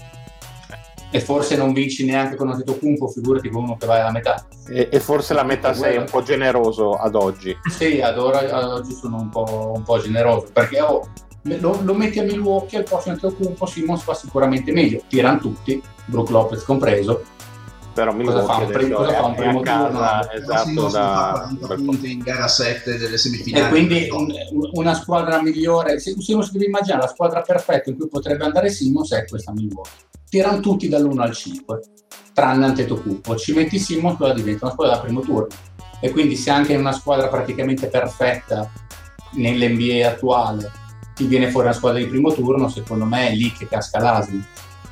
e forse non vinci neanche con Antetokounmpo, figurati con uno che vale la metà. E forse la metà sei un po' generoso ad oggi. Sì, ad oggi sono un po' generoso, perché lo metti a Milwaukee al posto di Antetokounmpo, Simons fa sicuramente meglio, tirano tutti, Brook Lopez compreso. Però cosa fa un primo turno? Esatto, da 40 punti in gara 7 delle semifinali. E quindi una squadra migliore, se si deve immaginare la squadra perfetta in cui potrebbe andare Simons, è questa Milwaukee. Tirano tutti dall'1 al 5, tranne Antetokounmpo. Ci metti Simons, quella diventa una squadra da primo turno. E quindi se anche in una squadra praticamente perfetta nell'NBA attuale ti viene fuori una squadra di primo turno, secondo me è lì che casca l'asino.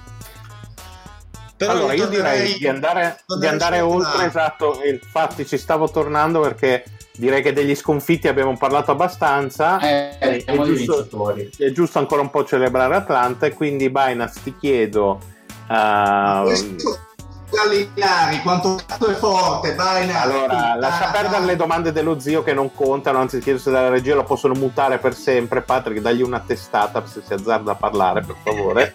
Però allora io direi di andare oltre, esatto, infatti ci stavo tornando perché direi che degli sconfitti abbiamo parlato abbastanza, è giusto ancora un po' celebrare Atlanta, e quindi Binance ti chiedo Gallinari, quanto cazzo è forte, Binance. Allora, lascia perdere le domande dello zio che non contano, anzi chiedo se dalla regia lo possono mutare per sempre. Patrick, dagli una testata se si azzarda a parlare, per favore.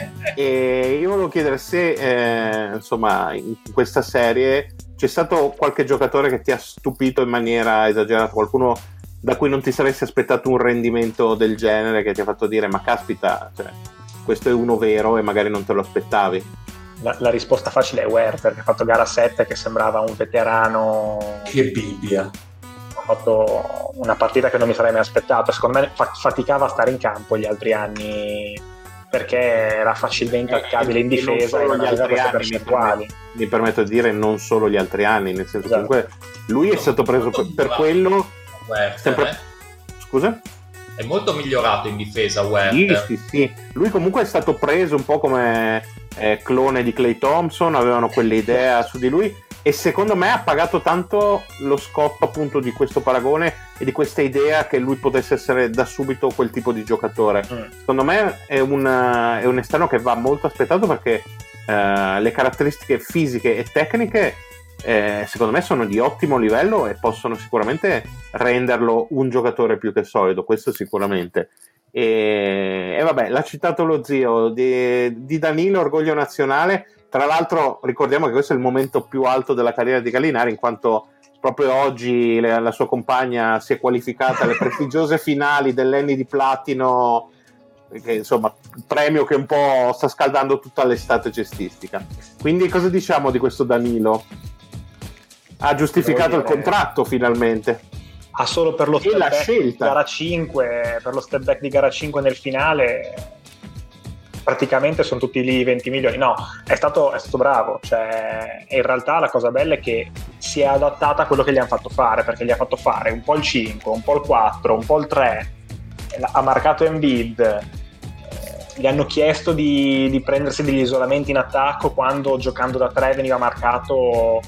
E io volevo chiedere se insomma in questa serie c'è stato qualche giocatore che ti ha stupito in maniera esagerata, qualcuno da cui non ti saresti aspettato un rendimento del genere, che ti ha fatto dire ma caspita, cioè, questo è uno vero e magari non te lo aspettavi. La risposta facile è Werther, che ha fatto gara 7, che sembrava un veterano. Che Bibbia! Ha fatto una partita che non mi sarei mai aspettato. Secondo me faticava a stare in campo gli altri anni, perché era facilmente attaccabile in difesa e non aveva queste percentuali. Mi permetto di dire non solo gli altri anni, nel senso che comunque lui è stato preso per quello. Scusa? È molto migliorato in difesa Werther. Sì. Lui comunque è stato preso un po' come clone di Klay Thompson, avevano quell'idea su di lui, e secondo me ha pagato tanto lo scotto appunto di questo paragone e di questa idea che lui potesse essere da subito quel tipo di giocatore. Secondo me è un esterno che va molto aspettato, perché le caratteristiche fisiche e tecniche secondo me sono di ottimo livello e possono sicuramente renderlo un giocatore più che solido, questo sicuramente. E vabbè, l'ha citato lo zio di Danilo, orgoglio nazionale. Tra l'altro ricordiamo che questo è il momento più alto della carriera di Gallinari, in quanto proprio oggi la sua compagna si è qualificata alle prestigiose finali dell'Emmy di Platino, che insomma premio che un po' sta scaldando tutta l'estate cestistica. Quindi cosa diciamo di questo Danilo? Ha giustificato il contratto finalmente. Ha solo per lo step la back di scelta. gara 5, per lo step back di gara 5 nel finale, praticamente sono tutti lì 20 milioni. No, è stato bravo, cioè in realtà la cosa bella è che si è adattata a quello che gli hanno fatto fare, perché gli ha fatto fare un po' il 5, un po' il 4, un po' il 3, ha marcato Embiid, gli hanno chiesto di prendersi degli isolamenti in attacco quando giocando da 3 veniva marcato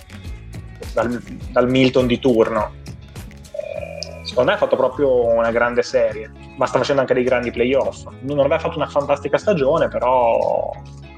dal Milton di turno. Secondo me ha fatto proprio una grande serie, ma sta facendo anche dei grandi playoff. Non aveva fatto una fantastica stagione, però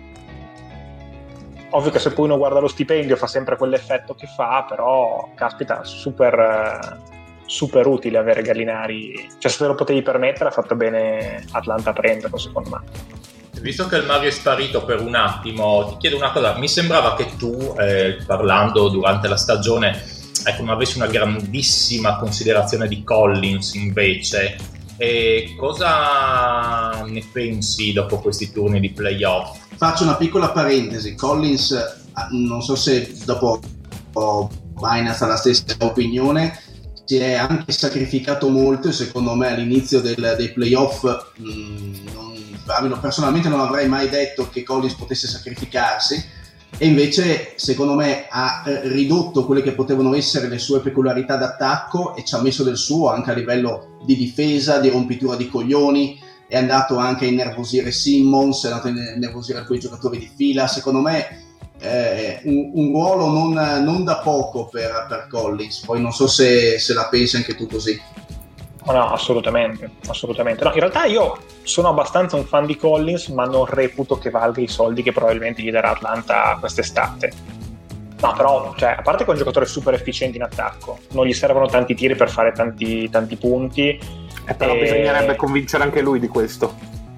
ovvio che se poi uno guarda lo stipendio fa sempre quell'effetto che fa, però caspita, super utile avere Gallinari, cioè se te lo potevi permettere ha fatto bene Atlanta a prenderlo, secondo me. Visto che il Mario è sparito per un attimo, ti chiedo una cosa. Mi sembrava che tu, parlando durante la stagione, non avessi una grandissima considerazione di Collins invece. E cosa ne pensi dopo questi turni di playoff? Faccio una piccola parentesi. Collins, non so se dopo Binance ha la stessa opinione, si è anche sacrificato molto, e secondo me all'inizio dei playoff personalmente non avrei mai detto che Collins potesse sacrificarsi, e invece secondo me ha ridotto quelle che potevano essere le sue peculiarità d'attacco e ci ha messo del suo anche a livello di difesa, di rompitura di coglioni, è andato anche a innervosire Simmons, è andato a innervosire alcuni giocatori di fila. Secondo me un ruolo non da poco per Collins. Poi non so se la pensi anche tu così. No, assolutamente. No, in realtà io sono abbastanza un fan di Collins, ma non reputo che valga i soldi che probabilmente gli darà Atlanta quest'estate. No, però, cioè, a parte che è un giocatore super efficiente in attacco, non gli servono tanti tiri per fare tanti punti. Però bisognerebbe convincere anche lui di questo.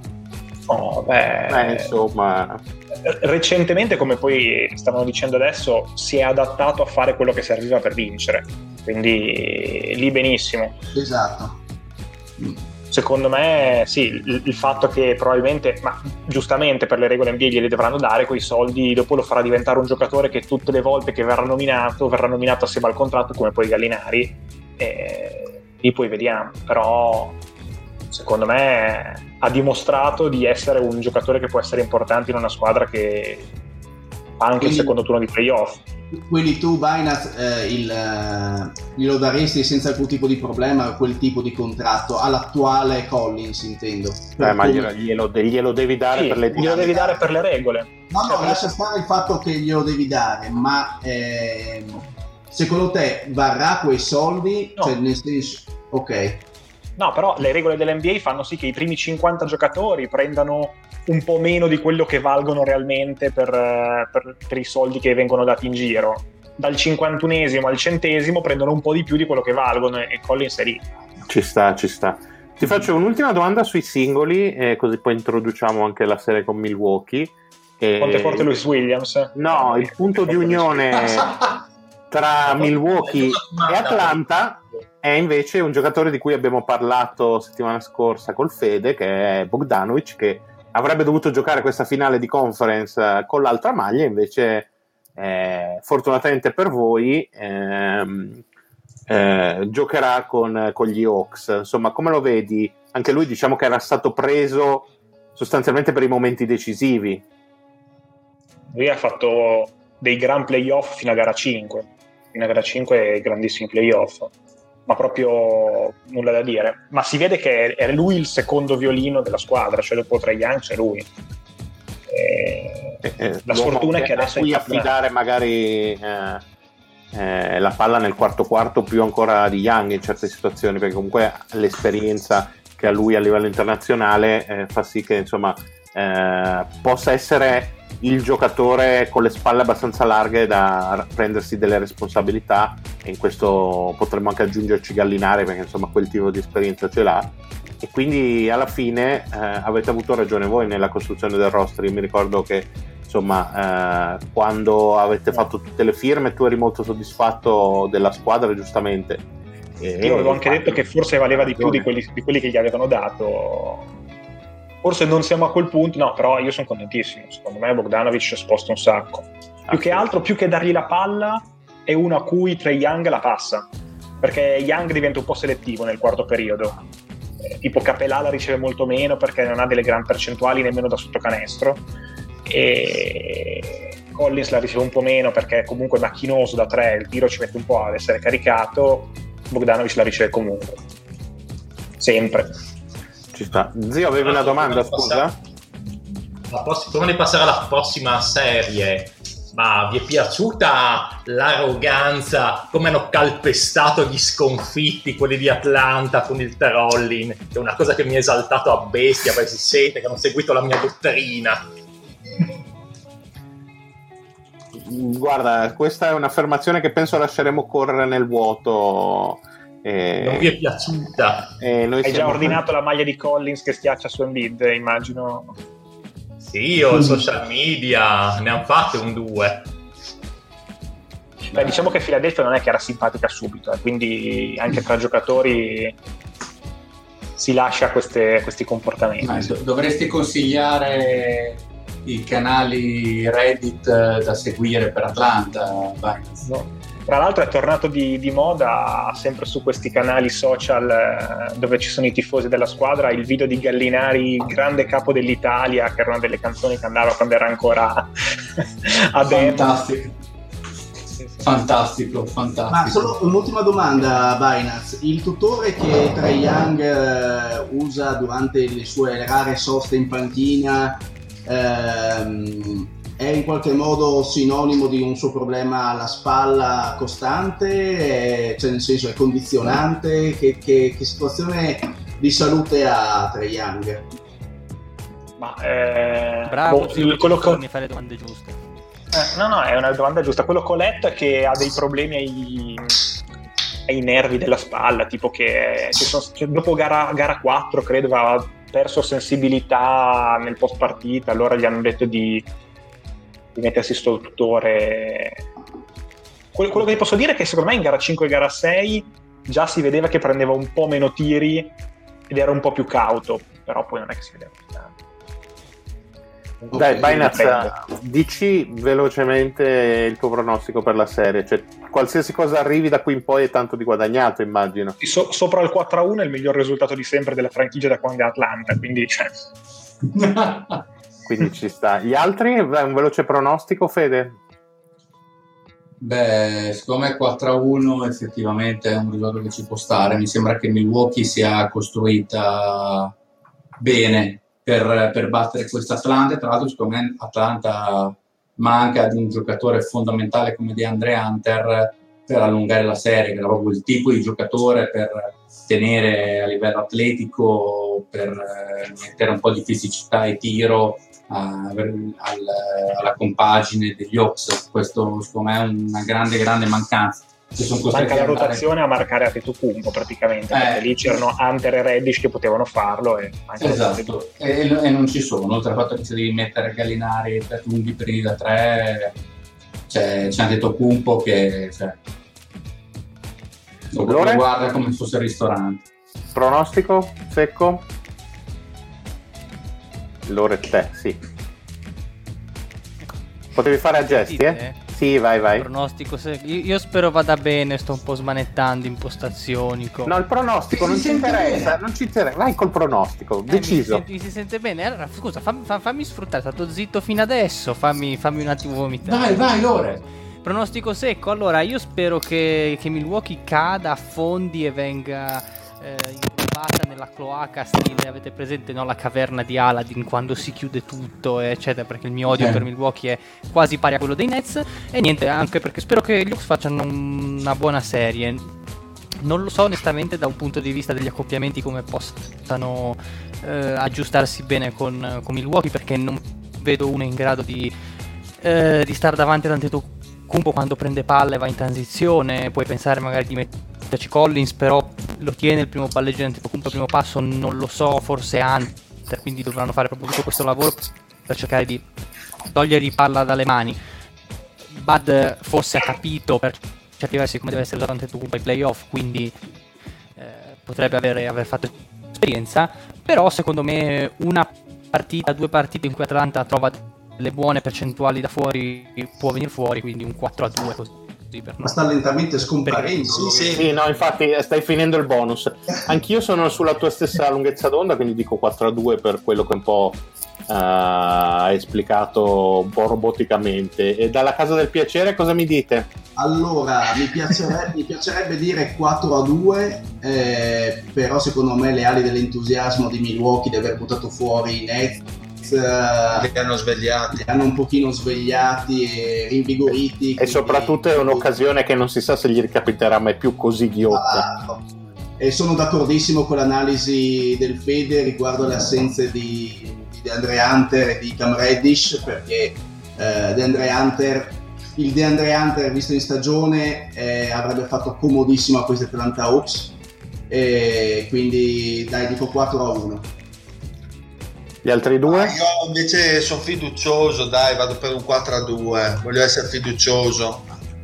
Insomma, recentemente, come poi stavano dicendo adesso, si è adattato a fare quello che serviva per vincere, quindi lì benissimo. Esatto. Secondo me sì, il fatto che probabilmente, ma giustamente per le regole NBA glieli dovranno dare quei soldi, dopo lo farà diventare un giocatore che tutte le volte che verrà nominato assieme al contratto, come poi Gallinari, e lì poi vediamo. Però secondo me ha dimostrato di essere un giocatore che può essere importante in una squadra che fa anche il secondo turno di playoff. Quindi tu, Binance, glielo daresti senza alcun tipo di problema quel tipo di contratto all'attuale Collins, intendo. Ma glielo devi dare, sì, per le glielo devi dare per le regole. No, lascia stare il fatto che glielo devi dare, ma secondo te varrà quei soldi? No. Cioè, nel senso, ok. No, però le regole dell'NBA fanno sì che i primi 50 giocatori prendano un po' meno di quello che valgono realmente per i soldi che vengono dati in giro. Dal 51esimo al 100esimo prendono un po' di più di quello che valgono, e Collins è lì. Ci sta. Ti faccio un'ultima domanda sui singoli, così poi introduciamo anche la serie con Milwaukee. Quanto è forte Louis Williams? No, il punto di unione tra Milwaukee e Atlanta è invece un giocatore di cui abbiamo parlato settimana scorsa col Fede, che è Bogdanovic, che avrebbe dovuto giocare questa finale di conference con l'altra maglia, invece fortunatamente per voi giocherà con gli Hawks. Insomma, come lo vedi? Anche lui, diciamo che era stato preso sostanzialmente per i momenti decisivi. Lui ha fatto dei gran playoff fino a gara 5. Fino a gara 5 grandissimi playoff, ma proprio nulla da dire. Ma si vede che è lui il secondo violino della squadra, cioè dopo Trae Young c'è lui. La sfortuna è che adesso puoi affidare magari la palla nel quarto più ancora di Young in certe situazioni, perché comunque l'esperienza che ha lui a livello internazionale fa sì che insomma possa essere il giocatore con le spalle abbastanza larghe da prendersi delle responsabilità, e in questo potremmo anche aggiungerci Gallinari, perché insomma quel tipo di esperienza ce l'ha, e quindi alla fine avete avuto ragione voi nella costruzione del roster. Io mi ricordo che insomma quando avete fatto tutte le firme tu eri molto soddisfatto della squadra, giustamente. Io avevo anche detto che forse valeva di più di quelli che gli avevano dato. Forse non siamo a quel punto, no, però io sono contentissimo. Secondo me Bogdanovic sposta un sacco. Più che altro, più che dargli la palla, è uno a cui Trae Young la passa, perché Young diventa un po' selettivo nel quarto periodo. Tipo Capelà la riceve molto meno perché non ha delle gran percentuali nemmeno da sotto canestro, e Collins la riceve un po' meno perché è comunque macchinoso da 3, il tiro ci mette un po' ad essere caricato. Bogdanovic la riceve comunque, sempre. Ci sta. Zio, avevi una domanda, scusa? Prima di passare alla prossima serie, ma vi è piaciuta l'arroganza, come hanno calpestato gli sconfitti, quelli di Atlanta con il Terrollin? Che è una cosa che mi ha esaltato a bestia, perché si sente che hanno seguito la mia dottrina. Guarda, questa è un'affermazione che penso lasceremo correre nel vuoto. Non vi è piaciuta? Hai già ordinato la maglia di Collins che schiaccia su Embiid, immagino. Sì, o social media, ne hanno fatte un 2. Beh, diciamo che Philadelphia non è che era simpatica subito, quindi anche tra giocatori si lascia questi comportamenti. Dovresti consigliare i canali Reddit da seguire per Atlanta, no. Tra l'altro è tornato di moda sempre su questi canali social dove ci sono i tifosi della squadra il video di Gallinari, grande capo dell'Italia, che era una delle canzoni che andava quando era ancora a Fantastico. Fantastico. Ma solo un'ultima domanda, Binance. Il tutore che Trae Young usa durante le sue rare soste in panchina è in qualche modo sinonimo di un suo problema alla spalla costante? Cioè, nel senso, è condizionante? Che situazione di salute ha Trae Young? Bravo, quello che mi fa le domande giuste. No, è una domanda giusta. Quello che ho letto è che ha dei problemi ai nervi della spalla, tipo che dopo gara 4 credo aveva perso sensibilità nel post partita, allora gli hanno detto di mettersi sto tutore. Quello che vi posso dire è che secondo me in gara 5 e gara 6 già si vedeva che prendeva un po' meno tiri ed era un po' più cauto, però poi non è che si vedeva più tanto. Dai, Binance, dici velocemente il tuo pronostico per la serie, cioè qualsiasi cosa arrivi da qui in poi è tanto di guadagnato, immagino. Sopra il 4-1 è il miglior risultato di sempre della franchigia da quando è Atlanta, quindi quindi ci sta. Gli altri, un veloce pronostico, Fede? Beh, secondo me 4-1 effettivamente è un risultato che ci può stare. Mi sembra che Milwaukee sia costruita bene per battere questa Atlanta. Tra l'altro, secondo me Atlanta manca di un giocatore fondamentale come DeAndre Hunter per allungare la serie, che era proprio il tipo di giocatore per tenere a livello atletico, per mettere un po' di fisicità e tiro alla compagine degli Hawks. Questo secondo me è una grande mancanza. Manca la rotazione a marcare Antetokounmpo praticamente, perché lì c'erano Hunter e Reddish che potevano farlo esatto, e non ci sono, oltre al fatto che se devi mettere Gallinari per lunghi periodi da 3 c'è Antetokounmpo che lo guarda come se fosse il ristorante. Pronostico secco? Lore te, sì. Potevi fare a gesti, Sì, vai. Pronostico io spero vada bene, sto un po' smanettando impostazioni. No, il pronostico non ci interessa, vai col pronostico, deciso. Mi si sente bene? Allora, scusa, fammi sfruttare, è stato zitto fino adesso, fammi un attimo vomitare. Vai, Lore. Pronostico secco, allora io spero che Milwaukee cada, affondi e venga inglobata nella cloaca stile, avete presente, no, la caverna di Aladdin quando si chiude tutto eccetera, perché il mio odio per Milwaukee è quasi pari a quello dei Nets. E niente, anche perché spero che gli Hawks facciano una buona serie. Non lo so onestamente da un punto di vista degli accoppiamenti come possano aggiustarsi bene con Milwaukee, perché non vedo uno in grado di stare davanti ad Antetokounmpo quando prende palla e va in transizione. Puoi pensare magari di metterci Collins, però lo tiene il primo palleggio di Antetokounmpo, il primo passo non lo so, forse Hunter, quindi dovranno fare proprio tutto questo lavoro per cercare di togliergli palla dalle mani. Bud forse ha capito per certi versi come deve essere usato Antetokounmpo ai playoff, quindi potrebbe aver fatto esperienza, però secondo me due partite in cui Atlanta trova le buone percentuali da fuori può venire fuori, quindi un 4-2 così. Ma sta lentamente scomparendo. Sì, no, infatti stai finendo il bonus. Anch'io sono sulla tua stessa lunghezza d'onda, quindi dico 4-2 per quello che un po' hai esplicato un po' roboticamente. E dalla casa del piacere cosa mi dite? Allora, mi piacerebbe dire 4-2, però secondo me le ali dell'entusiasmo di Milwaukee di aver buttato fuori i Nets li hanno un pochino svegliati e rinvigoriti, e soprattutto è un'occasione che non si sa se gli ricapiterà mai più così ghiotta. E sono d'accordissimo con l'analisi del Fede riguardo le assenze di DeAndre Hunter e di Cam Reddish, perché il DeAndre Hunter visto in stagione avrebbe fatto comodissimo a questi Atlanta Hawks, e quindi dai, dico 4-1. Gli altri due? Io invece sono fiducioso, dai, vado per un 4-2, voglio essere fiducioso.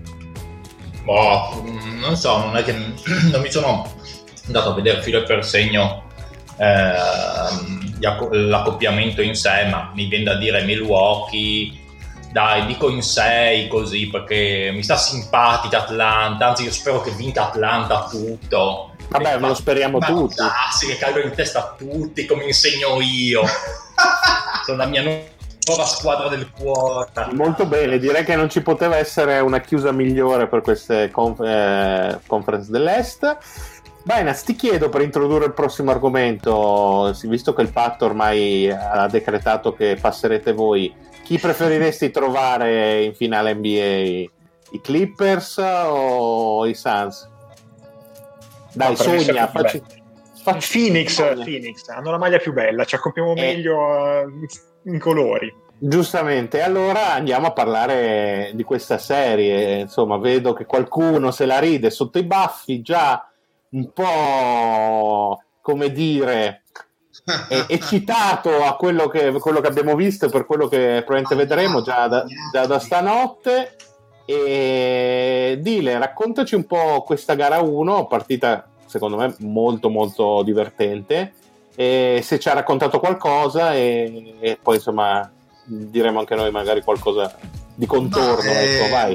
Non so, non è che non mi sono andato a vedere filo per segno l'accoppiamento in sé, ma mi viene da dire Milwaukee, dai, dico in 6 così, perché mi sta simpatica Atlanta, anzi io spero che vinca Atlanta tutto. Vabbè, lo speriamo tutti. Sì, che caiano in testa a tutti, come insegno io. Sono la mia nuova squadra del cuore. Molto bene, direi che non ci poteva essere una chiusa migliore per queste conference dell'Est. Binance, ti chiedo per introdurre il prossimo argomento, visto che il patto ormai ha decretato che passerete voi, chi preferiresti trovare in finale NBA? I Clippers o i Suns? Dai, sogna, facci Phoenix hanno la maglia più bella, ci accoppiamo meglio in colori. Giustamente, allora andiamo a parlare di questa serie. Insomma, vedo che qualcuno se la ride sotto i baffi, già un po', come dire, eccitato a quello che abbiamo visto e per quello che probabilmente vedremo già da stanotte. E Dile, raccontaci un po' questa gara 1, partita secondo me molto molto divertente, e se ci ha raccontato qualcosa e poi insomma diremo anche noi magari qualcosa di contorno. Ecco, vai.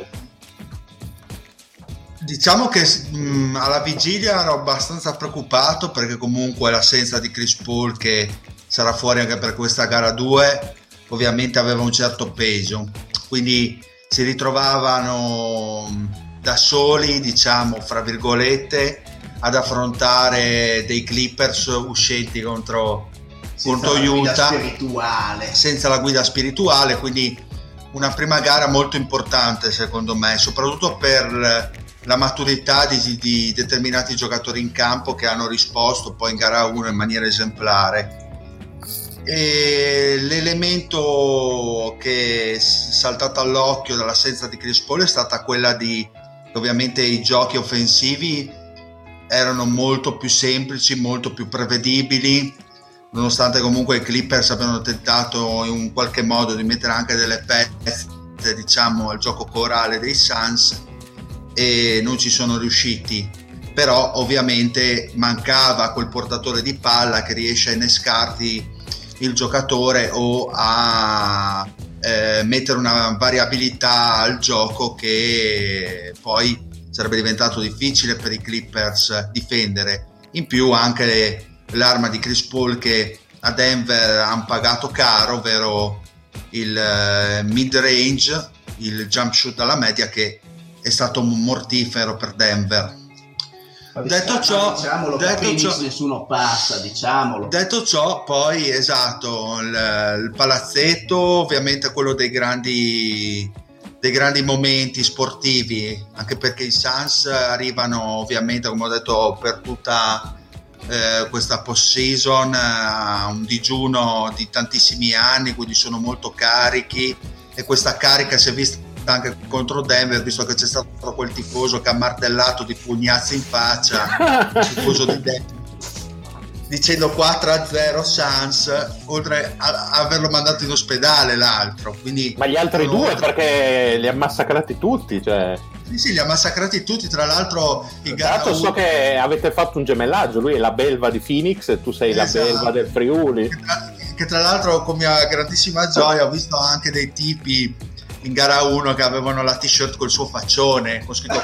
Diciamo che alla vigilia ero abbastanza preoccupato, perché comunque l'assenza di Chris Paul, che sarà fuori anche per questa gara 2, ovviamente aveva un certo peso, quindi si ritrovavano da soli, diciamo, fra virgolette, ad affrontare dei Clippers uscenti contro Utah senza la guida spirituale, quindi una prima gara molto importante secondo me, soprattutto per la maturità di determinati giocatori in campo che hanno risposto poi in gara 1 in maniera esemplare. E l'elemento che è saltato all'occhio dall'assenza di Chris Paul è stata quella di ovviamente i giochi offensivi erano molto più semplici, molto più prevedibili, nonostante comunque i Clippers abbiano tentato in un qualche modo di mettere anche delle pezze, diciamo, al gioco corale dei Suns, e non ci sono riusciti. Però ovviamente mancava quel portatore di palla che riesce a innescarti il giocatore o a mettere una variabilità al gioco che poi sarebbe diventato difficile per i Clippers difendere. In più anche l'arma di Chris Paul che a Denver hanno pagato caro, ovvero il mid range, il jump shoot dalla media, che è stato mortifero per Denver. Detto ciò, nessuno passa, diciamolo. Detto ciò, poi esatto, il palazzetto, ovviamente quello dei grandi momenti sportivi, anche perché i Suns arrivano ovviamente, come ho detto, per tutta questa post-season a un digiuno di tantissimi anni, quindi sono molto carichi, e questa carica si è vista anche contro Denver, visto che c'è stato quel tifoso che ha martellato di pugnazzi in faccia il tifoso di Denver, dicendo 4-0 Suns, oltre a averlo mandato in ospedale l'altro. Quindi, ma gli altri due perché li ha massacrati tutti, cioè. Sì, li ha massacrati tutti, tra l'altro so che avete fatto un gemellaggio, lui è la belva di Phoenix e tu sei la belva del Friuli, che tra l'altro, con mia grandissima gioia, ho visto anche dei tipi in gara 1 che avevano la t-shirt col suo faccione con scritto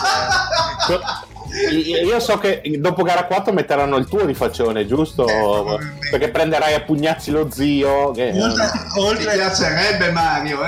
4-0. Io so che dopo gara 4 metteranno il tuo di faccione, giusto? Perché prenderai a pugnazzi lo zio che oltre piacerebbe Mario,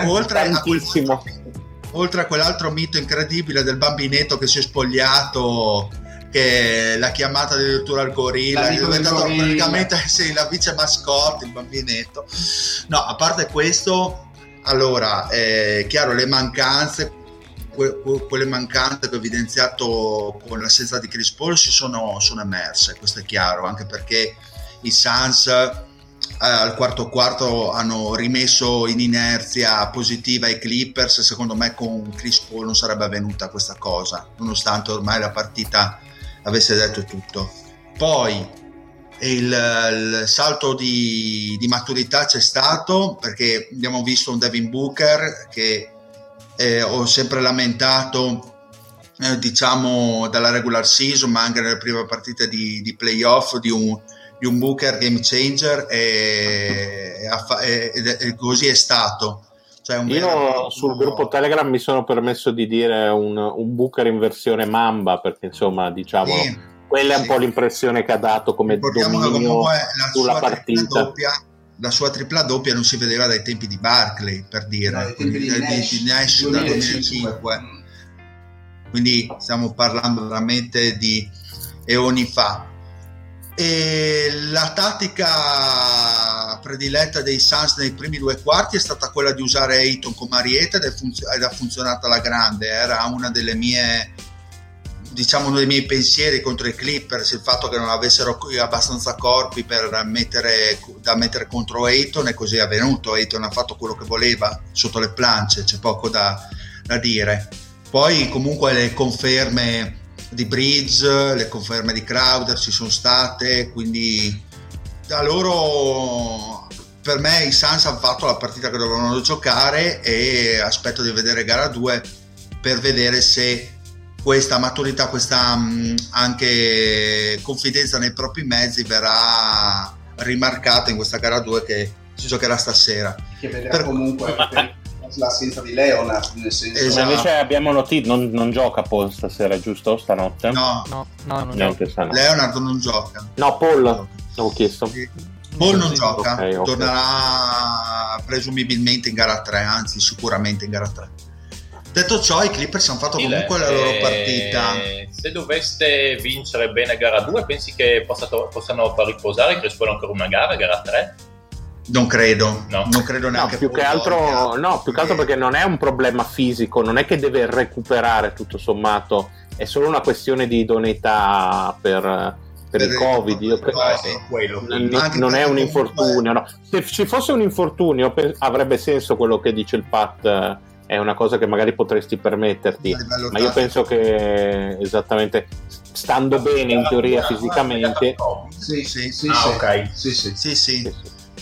oltre a quell'altro mito incredibile del bambinetto che si è spogliato, che l'ha chiamata addirittura il gorilla, è diventato praticamente la vice mascotte, il bambinetto. No, a parte questo, allora, chiaro, le mancanze, quelle mancanze che ho evidenziato con l'assenza di Chris Paul sono emerse, questo è chiaro, anche perché i Suns al quarto hanno rimesso in inerzia positiva i Clippers. Secondo me con Chris Paul non sarebbe avvenuta questa cosa, nonostante ormai la partita avesse detto tutto. Poi il salto di maturità c'è stato, perché abbiamo visto un Devin Booker che ho sempre lamentato, diciamo dalla regular season ma anche nelle prime partite di playoff, di un Booker game changer, e così è stato. Cioè io sul gruppo Telegram mi sono permesso di dire un Booker in versione Mamba, perché insomma, diciamo, quella è un po' l'impressione che ha dato come dominio sulla partita. La sua tripla doppia non si vedeva dai tempi di Barkley, per dire, di Nash dal 2005. Quindi stiamo parlando veramente di eoni fa. E la tattica prediletta dei Suns nei primi due quarti è stata quella di usare Ayton come ariete, ed ha funzionato alla grande. Era una delle mie, diciamo, uno dei miei pensieri contro i Clippers, il fatto che non avessero abbastanza corpi da mettere contro Ayton, e così è avvenuto. Ayton ha fatto quello che voleva sotto le planche, c'è poco da dire. Poi comunque le conferme di Bridge, le conferme di Crowder ci sono state, quindi da loro, per me i Suns hanno fatto la partita che dovevano giocare, e aspetto di vedere gara 2 per vedere se questa maturità, questa anche confidenza nei propri mezzi verrà rimarcata in questa gara 2 che si giocherà stasera. Che vedrà comunque l'assenza di Leonard, nel senso. Esatto. Invece abbiamo notizia, non gioca Paul stasera, giusto? Stanotte? No, non gioca. Leonard non gioca. No, Paul, avevo chiesto. Paul non gioca, okay. Tornerà presumibilmente in gara 3, anzi sicuramente in gara 3. Detto ciò, i Clippers hanno fatto comunque la loro partita. Se doveste vincere bene gara 2, pensi che possano far riposare Chris Paul ancora una gara 3? Non credo, non credo neanche. Più che altro perché non è un problema fisico, non è che deve recuperare tutto sommato, è solo una questione di idoneità per il Covid. Non è un infortunio. No. Se ci fosse un infortunio avrebbe senso quello che dice il Pat, è una cosa che magari potresti permetterti, ma io penso che esattamente stando bene in teoria fisicamente. Sì.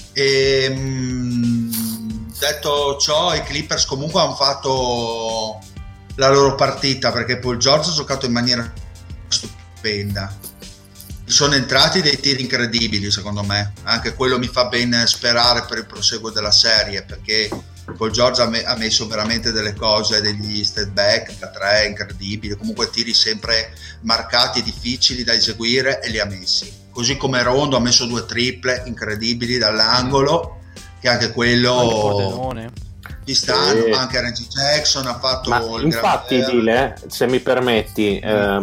Detto ciò, i Clippers comunque hanno fatto la loro partita, perché Paul George ha giocato in maniera stupenda. Sono entrati dei tiri incredibili, secondo me. Anche quello mi fa ben sperare per il proseguo della serie, perché Paul George ha messo veramente delle cose, degli step back da 3 incredibili, comunque tiri sempre marcati, difficili da eseguire, e li ha messi. Così come Rondo ha messo 2 triple incredibili dall'angolo, che anche quello ci stanno, sì. Anche Reggie Jackson ha fatto infatti Dile, se mi permetti,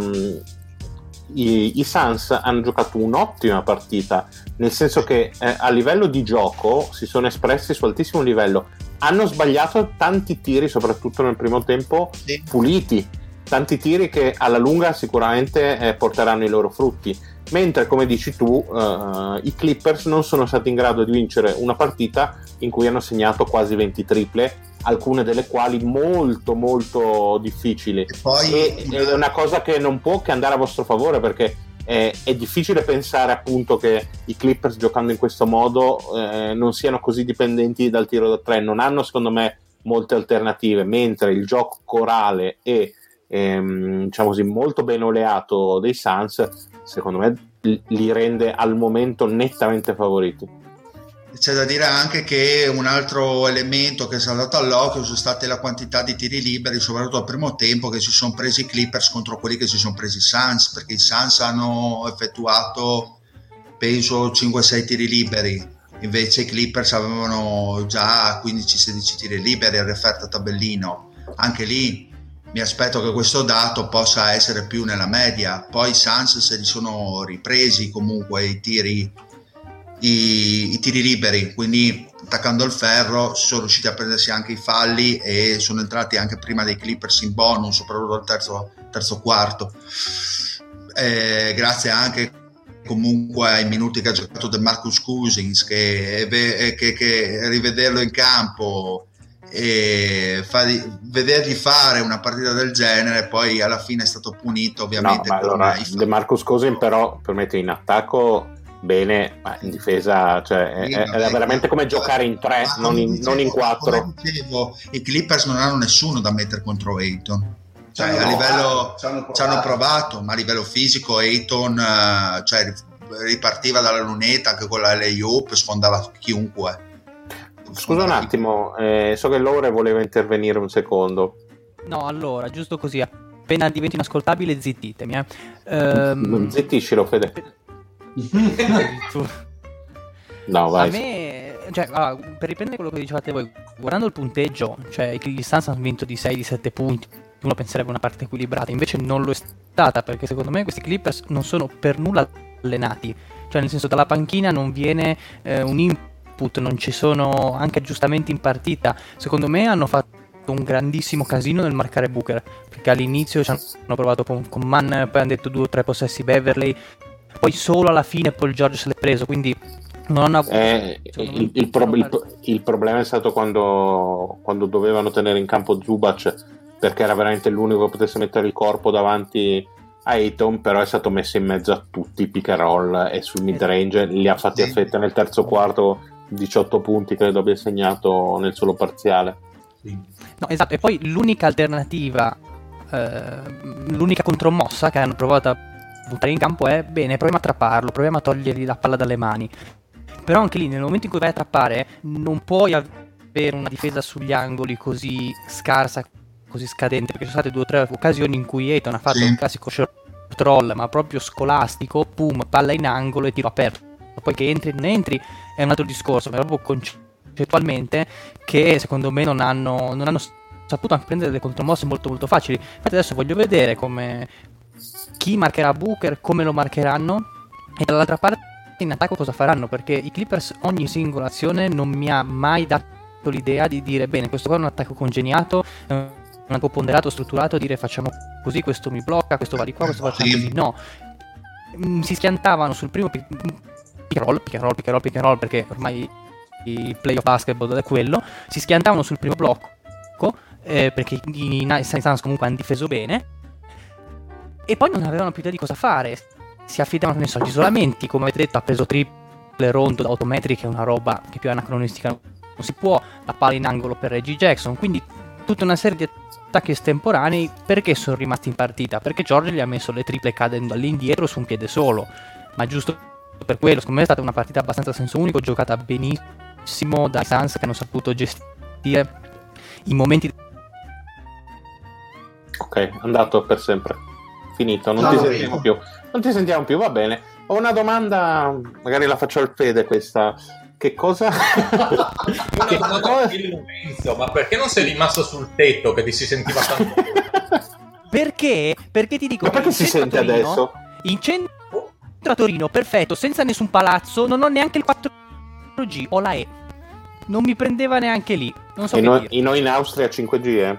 i Suns hanno giocato un'ottima partita, nel senso che a livello di gioco si sono espressi su altissimo livello, hanno sbagliato tanti tiri, soprattutto nel primo tempo, puliti, tanti tiri che alla lunga sicuramente porteranno i loro frutti, mentre come dici tu i Clippers non sono stati in grado di vincere una partita in cui hanno segnato quasi 20 triple, alcune delle quali molto molto difficili, e poi è una cosa che non può che andare a vostro favore, perché è difficile pensare appunto che i Clippers, giocando in questo modo, non siano così dipendenti dal tiro da 3, non hanno secondo me molte alternative, mentre il gioco corale e diciamo così molto ben oleato dei Suns secondo me li rende al momento nettamente favoriti. C'è da dire anche che un altro elemento che è saltato all'occhio sono state la quantità di tiri liberi, soprattutto al primo tempo, che si sono presi i Clippers contro quelli che si sono presi i Suns, perché i Suns hanno effettuato penso 5-6 tiri liberi, invece i Clippers avevano già 15-16 tiri liberi al referto tabellino. Anche lì mi aspetto che questo dato possa essere più nella media. Poi i Suns se li sono ripresi comunque i tiri liberi, quindi attaccando il ferro sono riusciti a prendersi anche i falli e sono entrati anche prima dei Clippers in bonus, soprattutto al terzo quarto, grazie anche comunque ai minuti che ha giocato DeMarcus Cousins, che rivederlo in campo e vedergli fare una partita del genere, poi alla fine è stato punito ovviamente. No, allora, DeMarcus Cousins però permette in attacco bene, ma in difesa è veramente come giocare in 3, non in 4. Dicevo, i Clippers non hanno nessuno da mettere contro Ayton, a livello ci hanno provato, ma a livello fisico Ayton ripartiva dalla lunetta anche con la lay-up, sfondava chiunque. Scusa un attimo, so che Lore voleva intervenire un secondo. No, allora, giusto così, appena diventi inascoltabile zittitemi. Zittiscilo, Fede. No, vai. A me, per riprendere quello che dicevate voi, guardando il punteggio, i Suns hanno vinto di 6 di 7 punti, uno penserebbe una parte equilibrata, invece non lo è stata, perché secondo me questi Clippers non sono per nulla allenati, nel senso, dalla panchina non viene un input, non ci sono anche aggiustamenti in partita. Secondo me hanno fatto un grandissimo casino nel marcare Booker, perché all'inizio ci hanno provato con Mann, poi hanno detto 2 o 3 possessi Beverley, poi solo alla fine Paul George se l'è preso, quindi non hanno avuto il problema è stato quando dovevano tenere in campo Zubac, perché era veramente l'unico che potesse mettere il corpo davanti a Ayton, però è stato messo in mezzo a tutti i pick and roll e sul mid range li ha fatti a fetta nel terzo quarto, 18 punti credo abbia segnato nel solo parziale. No, esatto, e poi l'unica alternativa, l'unica contromossa che hanno provato a buttare in campo è: bene, proviamo a attrapparlo, proviamo a togliergli la palla dalle mani. Però anche lì, nel momento in cui vai a attrappare, non puoi avere una difesa sugli angoli così scarsa, così scadente, perché ci sono state 2 o 3 occasioni in cui Ayton ha fatto un classico short roll, ma proprio scolastico, pum, palla in angolo e tiro aperto. Poi che entri o non entri è un altro discorso, ma proprio concettualmente che secondo me non hanno saputo anche prendere delle contromosse molto molto facili. Infatti adesso voglio vedere come chi marcherà Booker, come lo marcheranno, e dall'altra parte in attacco cosa faranno, perché i Clippers ogni singola azione non mi ha mai dato l'idea di dire bene, questo qua è un attacco congegnato, un attacco ponderato, strutturato, dire facciamo così, questo mi blocca, questo va di qua, questo va così. No, si schiantavano sul primo pick and roll, perché ormai il playoff basketball è quello, si schiantavano sul primo blocco perché i Suns comunque hanno difeso bene, e poi non avevano più idea di cosa fare, si affidavano agli isolamenti, come avete detto ha preso triple rondo da 8 metri, che è una roba che più anacronistica non si può, la palla in angolo per Reggie Jackson, quindi tutta una serie di attacchi estemporanei. Perché sono rimasti in partita? Perché George gli ha messo le triple cadendo all'indietro su un piede solo, ma giusto per quello. Secondo me è stata una partita abbastanza a senso unico, giocata benissimo dai Suns, che hanno saputo gestire i momenti. Ok, andato per sempre, finito, non ti sentiamo più, va bene. Ho una domanda, magari la faccio al Fede questa. Che cosa? Ma perché non sei rimasto sul tetto, che ti si sentiva tanto? Perché ti dico, ma perché si sente Torino, adesso? In centro a Torino, perfetto, senza nessun palazzo, non ho neanche il 4G, ho la E. Non mi prendeva neanche lì. Non so noi in Austria 5G,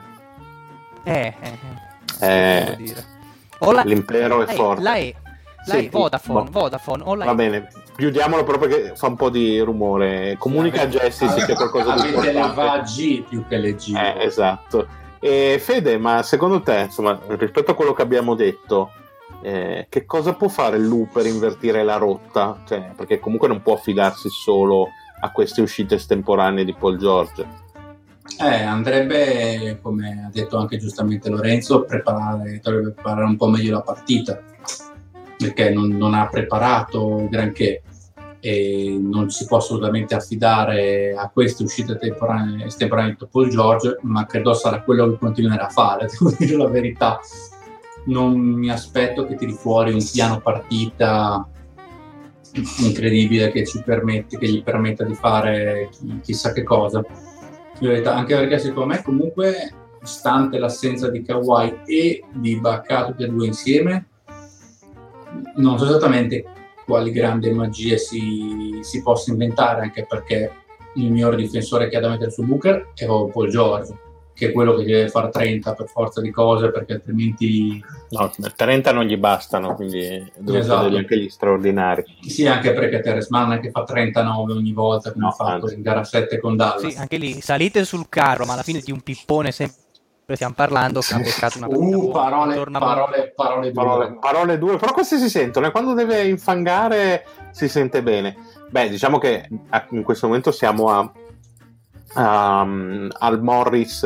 devo dire. L'impero è forte. La E. Sì, Vodafone. Va bene, chiudiamolo proprio che fa un po' di rumore. Comunica a Jesse se c'è qualcosa di importante. Avete la G più che le G. Esatto. E Fede, ma secondo te, insomma, rispetto a quello che abbiamo detto, che cosa può fare Lou per invertire la rotta? Cioè, perché comunque non può affidarsi solo a queste uscite estemporanee di Paul George. Andrebbe, come ha detto anche giustamente Lorenzo, dovrebbe preparare un po' meglio la partita, perché non ha preparato granché e non si può assolutamente affidare a queste uscite estemporanee di Paul George, ma credo sarà quello che continuerà a fare, devo dire la verità. Non mi aspetto che tiri fuori un piano partita incredibile che gli permetta di fare chissà che cosa, anche perché secondo me comunque, stante l'assenza di Kawhi e di Ibaka, tutti e due insieme, non so esattamente quali grandi magie si possa inventare, anche perché il miglior difensore che ha da mettere su Booker è Paul George, che è quello che deve fare 30 per forza di cose, perché altrimenti 30 non gli bastano, quindi deve fare anche gli straordinari. Sì, anche perché Terrence Mann che fa 39 ogni volta, come ha fatto in gara 7 con Dallas. Sì, anche lì salite sul carro, ma alla fine di un pippone sempre stiamo parlando, che ha beccato una parole dure, però queste si sentono, e quando deve infangare si sente bene. Beh, diciamo che in questo momento siamo al Morris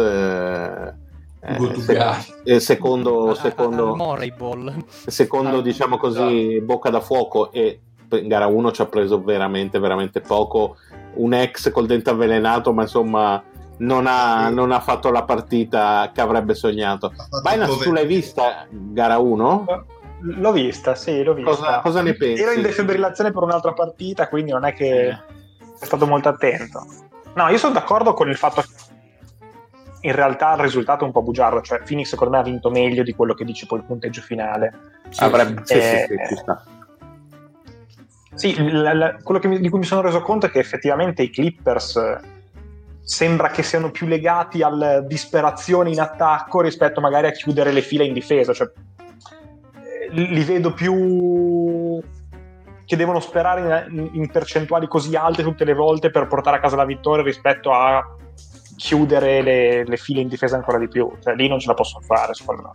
secondo diciamo così, bocca da fuoco, e in gara 1 ci ha preso veramente veramente poco, un ex col dente avvelenato, ma insomma non ha fatto la partita che avrebbe sognato. Binance, tu l'hai vista gara 1? L'ho vista. Cosa ne pensi? Ero in defibrillazione per un'altra partita, quindi non è che è stato molto attento. No, io sono d'accordo con il fatto che in realtà il risultato è un po' bugiardo, cioè Phoenix secondo me ha vinto meglio di quello che dice poi il punteggio finale. Ci sta. Sì, quello di cui mi sono reso conto è che effettivamente i Clippers sembra che siano più legati alla disperazione in attacco rispetto magari a chiudere le file in difesa, cioè li vedo più che devono sperare in percentuali così alte tutte le volte per portare a casa la vittoria, rispetto a chiudere le file in difesa ancora di più. Cioè lì non ce la possono fare, secondo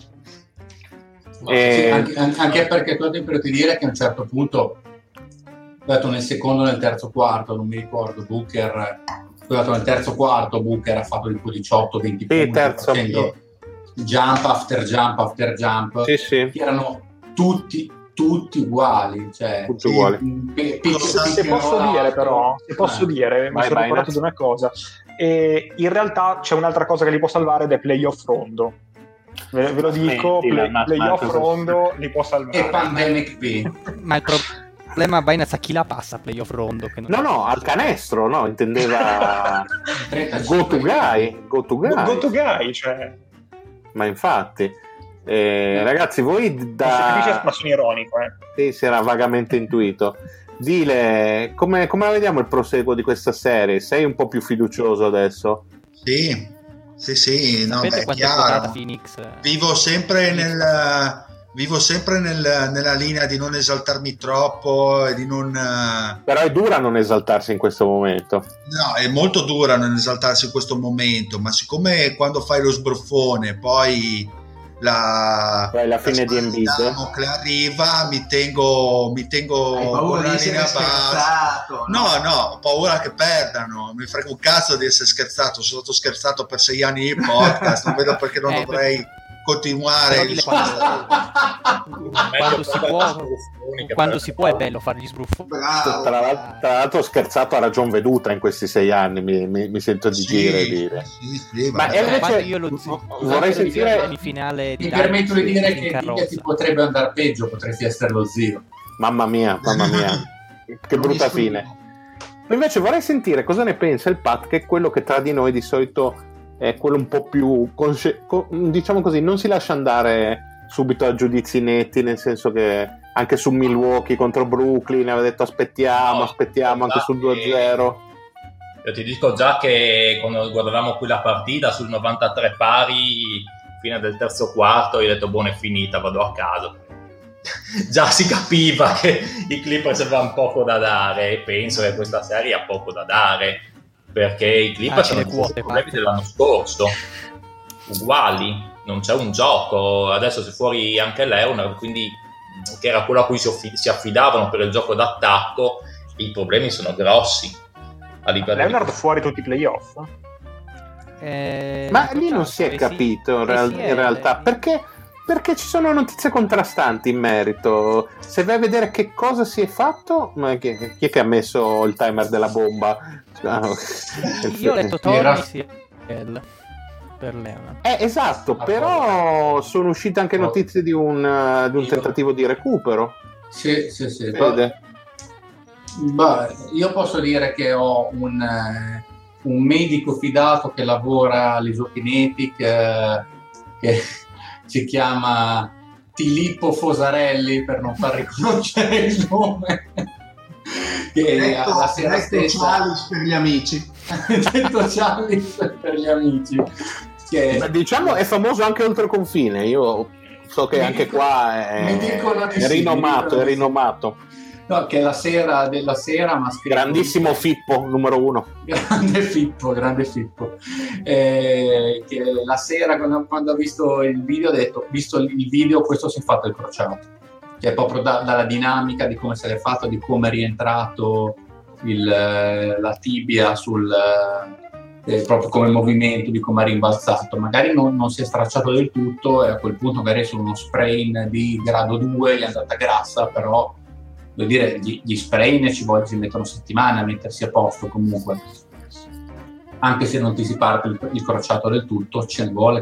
me. Sì, anche perché tu devi dire che a un certo punto, detto nel secondo o nel terzo quarto, non mi ricordo, nel terzo quarto Booker ha fatto tipo 18-20 punti, facendo jump after jump, che erano tutti uguali, cioè tutti uguali. Se posso dire, mi sono ricordato di una cosa, e in realtà c'è un'altra cosa che li può salvare ed è playoff rondo. Ve lo dico, playoff rondo li può salvare. E Pandemic P. Ma problema Binance a chi la passa playoff Rondo? Che non No, al canestro, no, intendeva go to guy, cioè. Ma infatti, ragazzi, voi Ma sono ironico, Sì, si era vagamente intuito. Dile, come la vediamo il proseguo di questa serie? Sei un po' più fiducioso adesso? Sì, no, sapete beh, quanto è chiaro. votata Phoenix? Vivo sempre nella linea di non esaltarmi troppo e di non... Però è dura non esaltarsi in questo momento. No, è molto dura non esaltarsi in questo momento, ma siccome quando fai lo sbruffone poi la fine di Embiid che arriva, mi tengo con la linea bassa. No, ho paura che perdano, mi frega un cazzo di essere scherzato, sono stato scherzato per 6 anni di podcast, non vedo perché non dovrei continuare. Quando si può è bello fare gli sbruffoni. Tra l'altro scherzato a ragion veduta in questi 6 anni, mi sento di dire. Ma invece io vorrei sentire in finale di mi permetto di dire che ti potrebbe andare peggio, potresti essere lo zio. Mamma mia che brutta fine. Invece vorrei sentire cosa ne pensa il Pat, che è quello che tra di noi di solito è quello un po' più diciamo così, non si lascia andare subito a giudizi netti, nel senso che anche su Milwaukee contro Brooklyn aveva detto aspettiamo anche sul 2-0. Io ti dico già che quando guardavamo qui la partita sul 93 pari, fine del terzo quarto, io ho detto buona, è finita, vado a casa. Già si capiva che i Clippers avevano poco da dare, e penso che questa serie ha poco da dare, perché i Clippers hanno i problemi dell'anno scorso, uguali, non c'è un gioco, adesso si è fuori anche Leonard, quindi che era quello a cui si affidavano per il gioco d'attacco, i problemi sono grossi a livello Leonard fuori tutti i playoff? Ma lì non si è capito in realtà perché ci sono notizie contrastanti in merito. Se vai a vedere che cosa si è fatto, ma chi è che ha messo il timer della bomba? Io ho letto Torri per Leonard. Esatto, però sono uscite anche notizie di un tentativo di recupero. Sì. Io posso dire che ho un medico fidato che lavora all'Isokinetic, che si chiama Filippo Fosarelli, per non far riconoscere il nome, che alla sera stessa Cialis per gli amici. detto Cialis per gli amici, che ma diciamo è famoso anche oltre confine. Io so che anche qua è rinomato. No, che la sera della sera ma grandissimo Fippo numero 1, grande Fippo, che la sera quando ho visto il video ha detto, visto il video, questo si è fatto il crociato, che è proprio dalla dinamica di come se l'è fatto, di come è rientrato la tibia proprio come movimento, di come ha rimbalzato. Magari non si è stracciato del tutto, e a quel punto magari su uno sprain di grado 2 gli è andata grassa, però vuol dire gli sprain ci mettono settimane a mettersi a posto, comunque anche se non ti si parte il crociato del tutto, ce ne vuole.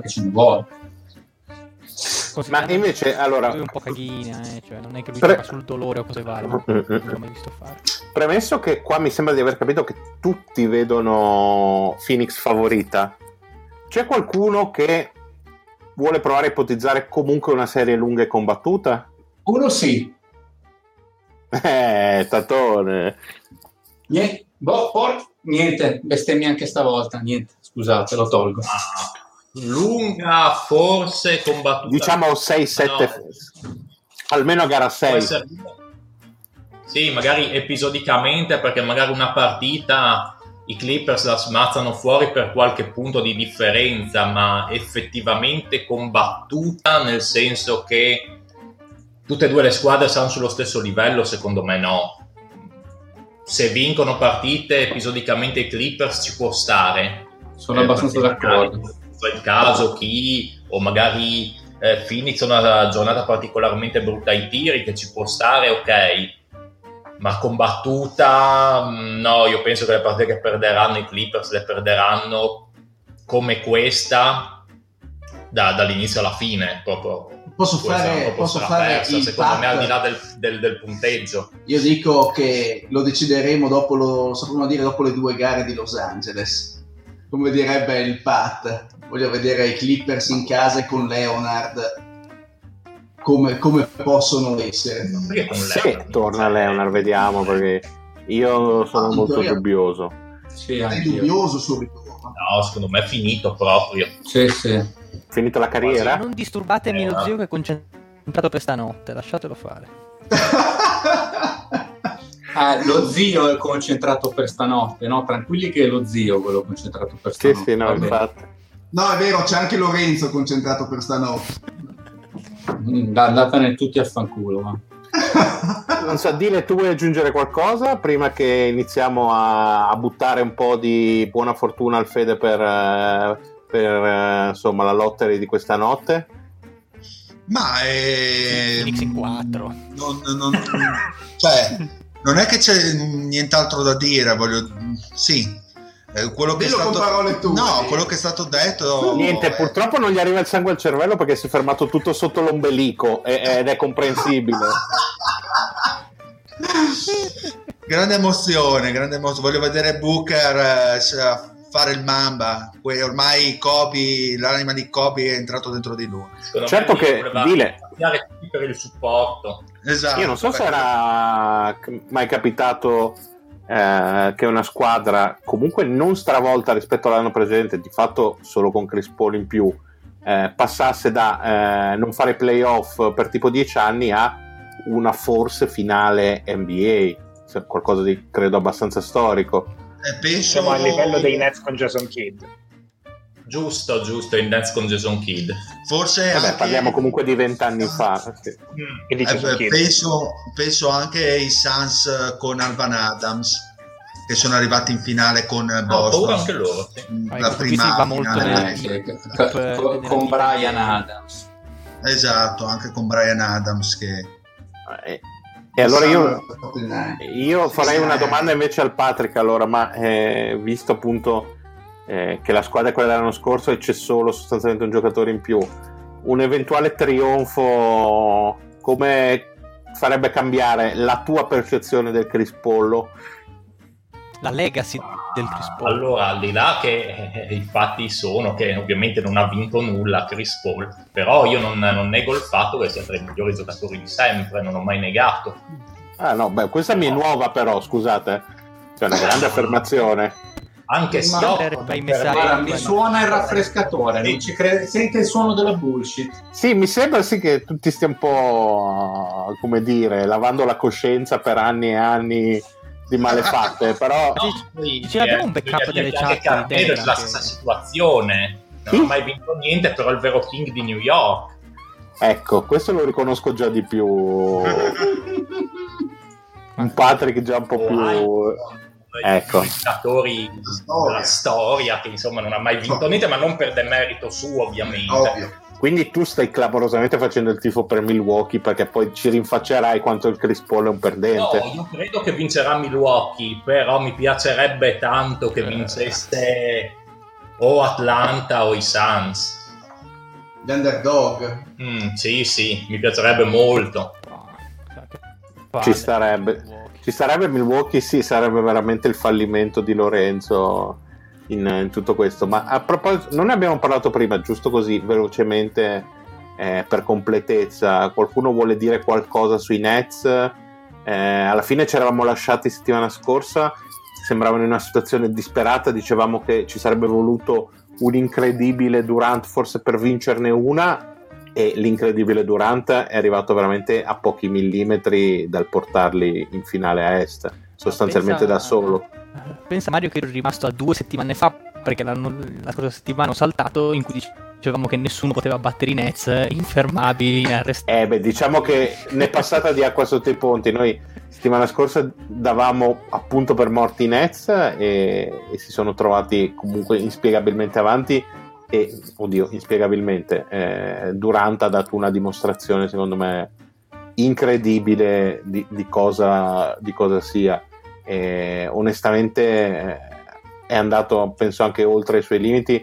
Ma invece allora lui è un po' caghina, cioè non è che lui gioca sul dolore o cose varie, non l'ho mai visto fare. Premesso che qua mi sembra di aver capito che tutti vedono Phoenix favorita, c'è qualcuno che vuole provare a ipotizzare comunque una serie lunga e combattuta? Uno sì. Tatone. Niente, bestemmia anche stavolta, niente, scusate, lo tolgo. Lunga, forse combattuta. Diciamo 6-7, almeno a gara 6. Sì, magari episodicamente, perché magari una partita i Clippers la smazzano fuori per qualche punto di differenza, ma effettivamente combattuta, nel senso che tutte e due le squadre saranno sullo stesso livello, secondo me no. Se vincono partite episodicamente i Clippers ci può stare. Sono abbastanza d'accordo. Il caso o magari Phoenix ha una giornata particolarmente brutta ai tiri, che ci può stare, ok, ma combattuta no. Io penso che le partite che perderanno i Clippers le perderanno come questa dall'inizio alla fine, proprio Posso fare persa, il secondo me, pat? al di là del punteggio. Io dico che lo decideremo dopo, lo sapremo dire dopo le 2 gare di Los Angeles. Come direbbe il Pat. Voglio vedere i Clippers in casa con Leonard. Come possono essere. Perché con Se Leonard? torna Leonard, vediamo, perché io sono in molto teoria- dubbioso. Sì, È anch'io. dubbioso sul ritorno. No, secondo me è finito proprio. Sì, sì. Finita la carriera? Non disturbatemi lo zio che è concentrato per stanotte, lasciatelo fare. Lo zio è concentrato per stanotte, no? Tranquilli che è lo zio quello concentrato per Sì, stanotte. sì, no, va bene. infatti. No, è vero, c'è anche Lorenzo concentrato per stanotte. Andatene tutti a fanculo, ma. Non so, Dile, tu vuoi aggiungere qualcosa prima che iniziamo a buttare un po' di buona fortuna al Fede per insomma la lottery di questa notte? Ma Phoenix in 4. cioè, non è che c'è nient'altro da dire, sì. Quello che è Dillo con stato, parole tue. no, quello che è stato detto Niente, è- purtroppo non gli arriva il sangue al cervello perché si è fermato tutto sotto l'ombelico ed è comprensibile. grande emozione. Voglio vedere Booker fare il Mamba. Ormai Kobe, l'anima di Kobe è entrato dentro di lui. Secondo Certo me che, voleva Dile, ringraziare tutti per il supporto. Esatto. io non so se era mai capitato che una squadra comunque non stravolta rispetto all'anno precedente, di fatto solo con Chris Paul in più, passasse da non fare playoff per tipo 10 anni a una forse finale NBA, cioè, qualcosa di credo abbastanza storico. Penso Siamo a livello dei Nets con Jason Kidd. Giusto, il dance con Jason Kidd. forse Vabbè, anche- parliamo comunque di 20 anni fa. Sì. E di Jason Kidd. penso anche i Suns con Alvan Adams, che sono arrivati in finale con Ho Boston. paura anche loro. Sì. La Qui prima si va molto finale. Con Brian Adams. Esatto, anche con Brian Adams che E allora io farei una domanda invece al Patrick, allora, ma visto appunto che la squadra è quella dell'anno scorso e c'è solo sostanzialmente un giocatore in più, un eventuale trionfo come farebbe cambiare la tua percezione del Chris Paul? La legacy del Chris Paul. Allora, al di là che i fatti sono che ovviamente non ha vinto nulla Chris Paul, però io non nego il fatto che sia tra i migliori giocatori di sempre, non ho mai negato. Ah no, beh, questa mi è nuova però, scusate, cioè una grande affermazione. Anche se Ma io, per i messaggi- Guarda, mi suona il raffrescatore, non ci crede, sente il suono della bullshit. Sì, mi sembra sì che tu ti stia un po', come dire, lavando la coscienza per anni e anni di malefatte, però Ce l'abbiamo un backup delle chat di Carmelo è Denver nella che- stessa situazione, non Chi? ha mai vinto niente, però è il vero king di New York. ecco, questo lo riconosco già di più. Un Patrick già un po' più... Ecco. I giocatori della storia che insomma non ha mai vinto niente, ma non per demerito suo ovviamente. Ovvio. Quindi tu stai clamorosamente facendo il tifo per Milwaukee perché poi ci rinfaccerai quanto il Chris Paul è un No, perdente. io credo che vincerà Milwaukee, però mi piacerebbe tanto che vincesse o Atlanta o i Suns. L'underdog. Sì, mi piacerebbe molto. Ci starebbe Milwaukee, sì, sarebbe veramente il fallimento di Lorenzo in tutto questo. Ma a proposito, non ne abbiamo parlato prima, giusto così velocemente per completezza. Qualcuno vuole dire qualcosa sui Nets? Alla fine ci eravamo lasciati settimana scorsa, sembravano in una situazione disperata, dicevamo che ci sarebbe voluto un incredibile Durant forse per vincerne una, e l'incredibile Durant è arrivato veramente a pochi millimetri dal portarli in finale a est, sostanzialmente da solo. Pensa Mario che ero rimasto a 2 settimane fa, perché la scorsa settimana ho saltato, in cui dicevamo che nessuno poteva battere i Nets, infermabili, inarrestabili. Diciamo che ne è passata di acqua sotto i ponti. Noi settimana scorsa davamo appunto per morti i Nets e si sono trovati comunque inspiegabilmente avanti. E oddio, inspiegabilmente Durant ha dato una dimostrazione secondo me incredibile di cosa sia. Onestamente è andato, penso, anche oltre i suoi limiti,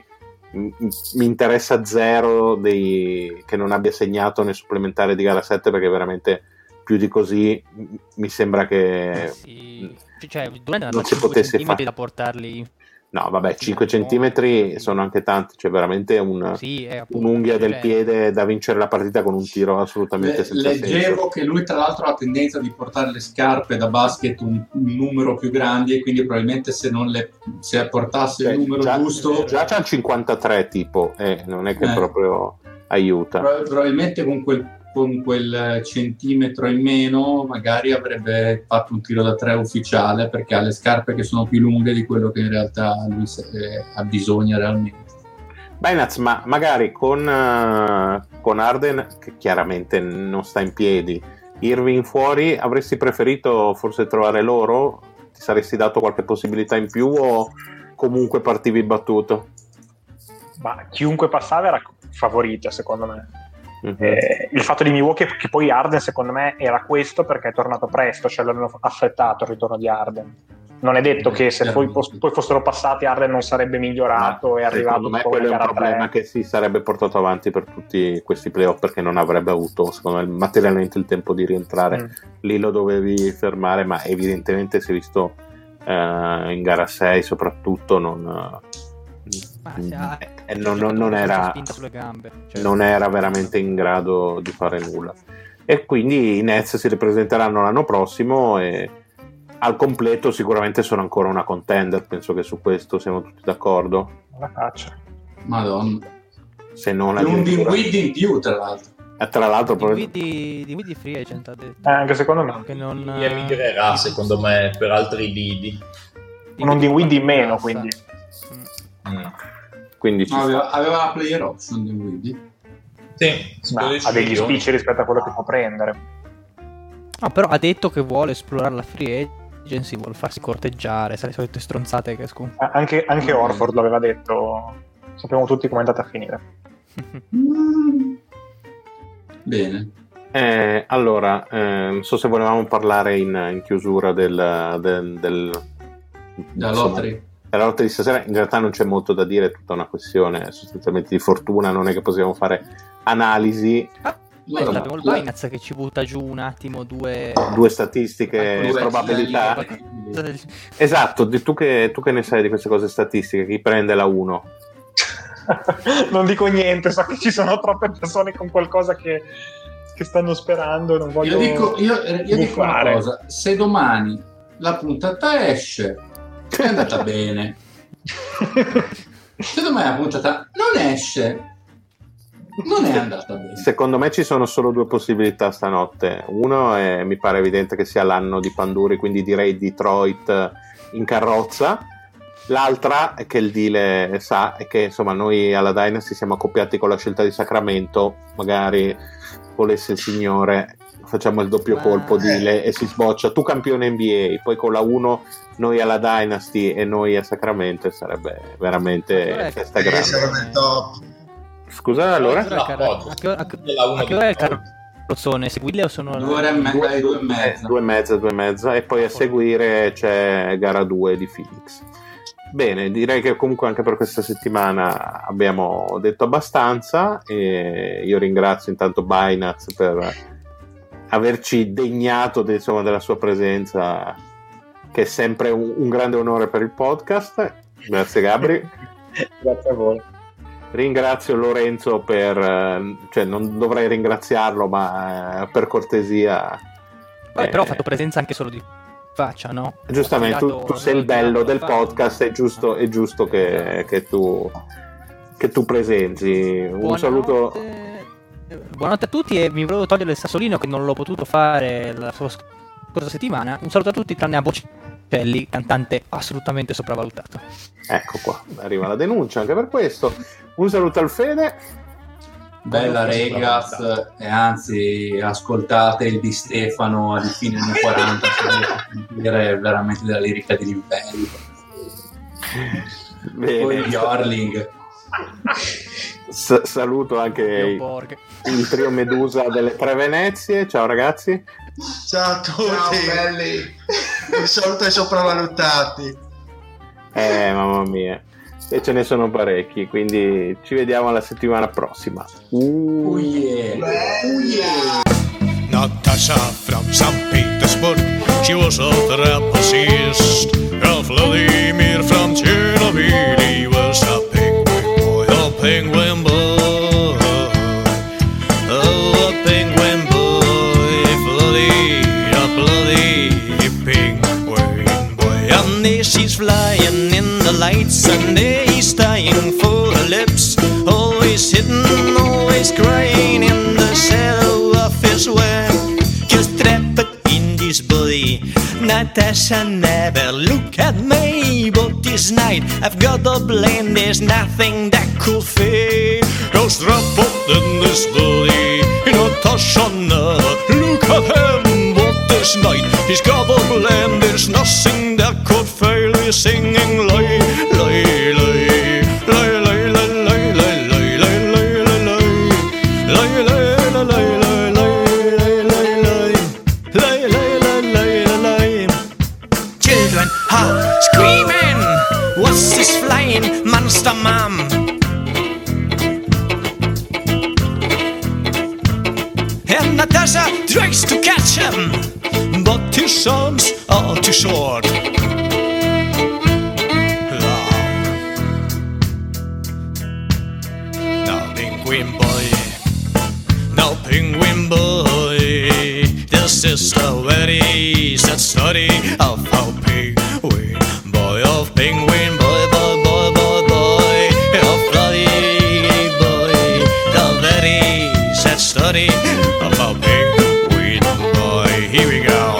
mi interessa zero che non abbia segnato nel supplementare di gara 7, perché veramente più di così mi sembra che cioè, non si potesse fare da portarli. No, vabbè, 5 centimetri sono anche tanti, cioè veramente un'unghia del piede da vincere la partita con un tiro assolutamente senza senso. Leggevo che lui tra l'altro ha la tendenza di portare le scarpe da basket un numero più grandi, e quindi probabilmente se portasse il numero giusto... Già c'ha il 53 tipo, non è che proprio aiuta. Probabilmente con quel centimetro in meno magari avrebbe fatto un tiro da 3 ufficiale, perché ha le scarpe che sono più lunghe di quello che in realtà lui ha bisogno realmente. Bainaz, ma magari con Harden, che chiaramente non sta in piedi, Irving fuori, avresti preferito forse trovare loro? Ti saresti dato qualche possibilità in più, o comunque partivi battuto? Ma chiunque passava era favorita, secondo me. Il fatto di Milwaukee, che poi Harden secondo me era questo perché è tornato presto, cioè l'hanno affrettato il ritorno di Harden. Non è detto che se poi fossero passati Harden non sarebbe migliorato e arrivato. Secondo me quello è un problema che si sarebbe portato avanti per tutti questi playoff, perché non avrebbe avuto, secondo me, materialmente il tempo di rientrare. Lì lo dovevi fermare, ma evidentemente si è visto in gara 6 soprattutto non era veramente in grado di fare nulla, e quindi i Nets si ripresenteranno l'anno prossimo e al completo sicuramente sono ancora una contender, penso che su questo siamo tutti d'accordo. La faccia, madonna, se non un Dinwiddie in più tra l'altro Dinwiddie free agent ha detto, anche secondo me che non emigrerà secondo me per altri lidi, non Dinwiddie in meno, quindi aveva la player option Dinwiddie. Ha degli spicci rispetto a quello che può prendere. Però ha detto che vuole esplorare la free agency, vuole farsi corteggiare, sai, le solite stronzate che escono. Anche Horford l'aveva detto, sappiamo tutti come è andata a finire. Bene. Allora, non so se volevamo parlare in chiusura della lottery. La lotta di stasera. In realtà non c'è molto da dire, è tutta una questione sostanzialmente di fortuna, non è che possiamo fare analisi. Abbiamo il Bainaz che ci butta giù un attimo due statistiche, probabilità. Esatto, tu che ne sai di queste cose statistiche? Chi prende la 1? Non dico niente, so che ci sono troppe persone con qualcosa che stanno sperando, non voglio. Io dico una cosa: se domani la puntata esce, è andata bene. Se domani la puntata non esce, non è andata bene. Secondo me ci sono solo due possibilità stanotte. Uno è, mi pare evidente che sia l'anno di Panduri, quindi direi Detroit in carrozza. L'altra è che il deal sa è che insomma noi alla Dynasty siamo accoppiati con la scelta di Sacramento, magari volesse il signore facciamo il doppio colpo deal e si sboccia tu campione NBA, poi con la 1 noi alla Dynasty e noi a Sacramento, sarebbe veramente festa grande. Sarebbe il top. Scusa, allora? A che ora è il carrozzone? Seguirle o sono 2 ore e mezza? 2 e mezza e poi a seguire c'è gara 2 di Phoenix. Bene, direi che comunque anche per questa settimana abbiamo detto abbastanza e io ringrazio intanto Bainaz per averci degnato della sua presenza, che è sempre un grande onore per il podcast. Grazie Gabri. Grazie a voi. Ringrazio Lorenzo non dovrei ringraziarlo, ma per cortesia. Però ho fatto presenza anche solo di faccia, no? Giustamente, tu sei il bello del podcast, è giusto che tu presenti. Un saluto. Buonanotte a tutti e mi volevo togliere il sassolino che non l'ho potuto fare la scorsa settimana. Un saluto a tutti tranne a Bocelli, cantante assolutamente sopravvalutato. Ecco qua, arriva la denuncia anche per questo. Un saluto al Fede. Bella Regas, e anzi ascoltate il Di Stefano di fine anni 40 per sentire veramente della lirica di livello. Bene. Poi gli Orling. Saluto anche il trio Medusa delle Tre Venezie. Ciao ragazzi. Ciao a tutti. Ciao belli. Un saluto ai sopravvalutati. Mamma mia. e ce ne sono parecchi, quindi ci vediamo la settimana prossima. Oh yeah. Natasha from St. Petersburg, she was a trapezist. Vladimir from Chernobyl, he was a penguin boy, a penguin boy. Oh, a penguin boy, a bloody penguin boy. And there she's flying in the lights, and there he's dying for her lips. Always hidden, always crying in the shadow of his web. Just trapped in this body. Natasha, never look at me, but this night I've got a blame, there's nothing that could fade. I was trapped in this body. Natasha, never look at him, but this night he's got a blame, there's nothing that could fail. He's singing lay, lay, lay, lay, lay, lay, lay, lay, lay, lay, lay, lay, lay, lay, children are screaming, what's this flying monster, mom? And Natasha tries to catch him, but his arms are too short. Now penguin boy, now penguin boy, this is the very sad story of how penguin boy, of penguin boy, boy, boy, boy, boy, of bloody boy, the very sad story of how penguin boy. Here we go.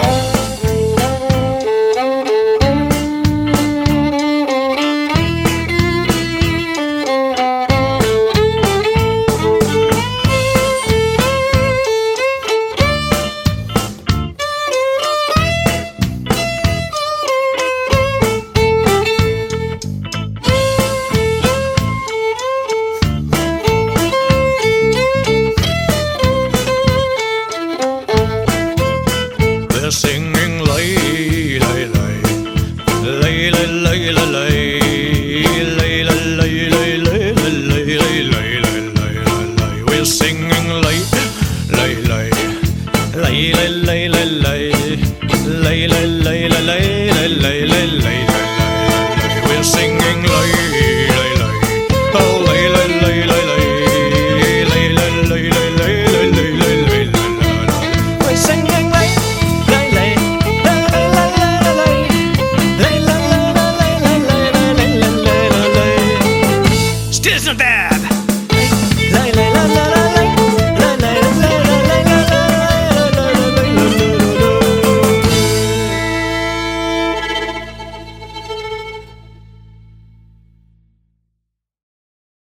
Singing lay, lay, lay, lay, lay, lay, lay, lay, lay, lay, lay, lay, lay, lay, lay. We're singing lay, lay, lay, lay, lay, lay, lay, lay, lay, lay, lay, lay, lay, lay, lay. We're singing lay, lay, lay, oh lay, lay, lay, lay, lay, lay, lay, lay, lay, lay, lay, lay. We're singing lay. Still so bad. La la la la.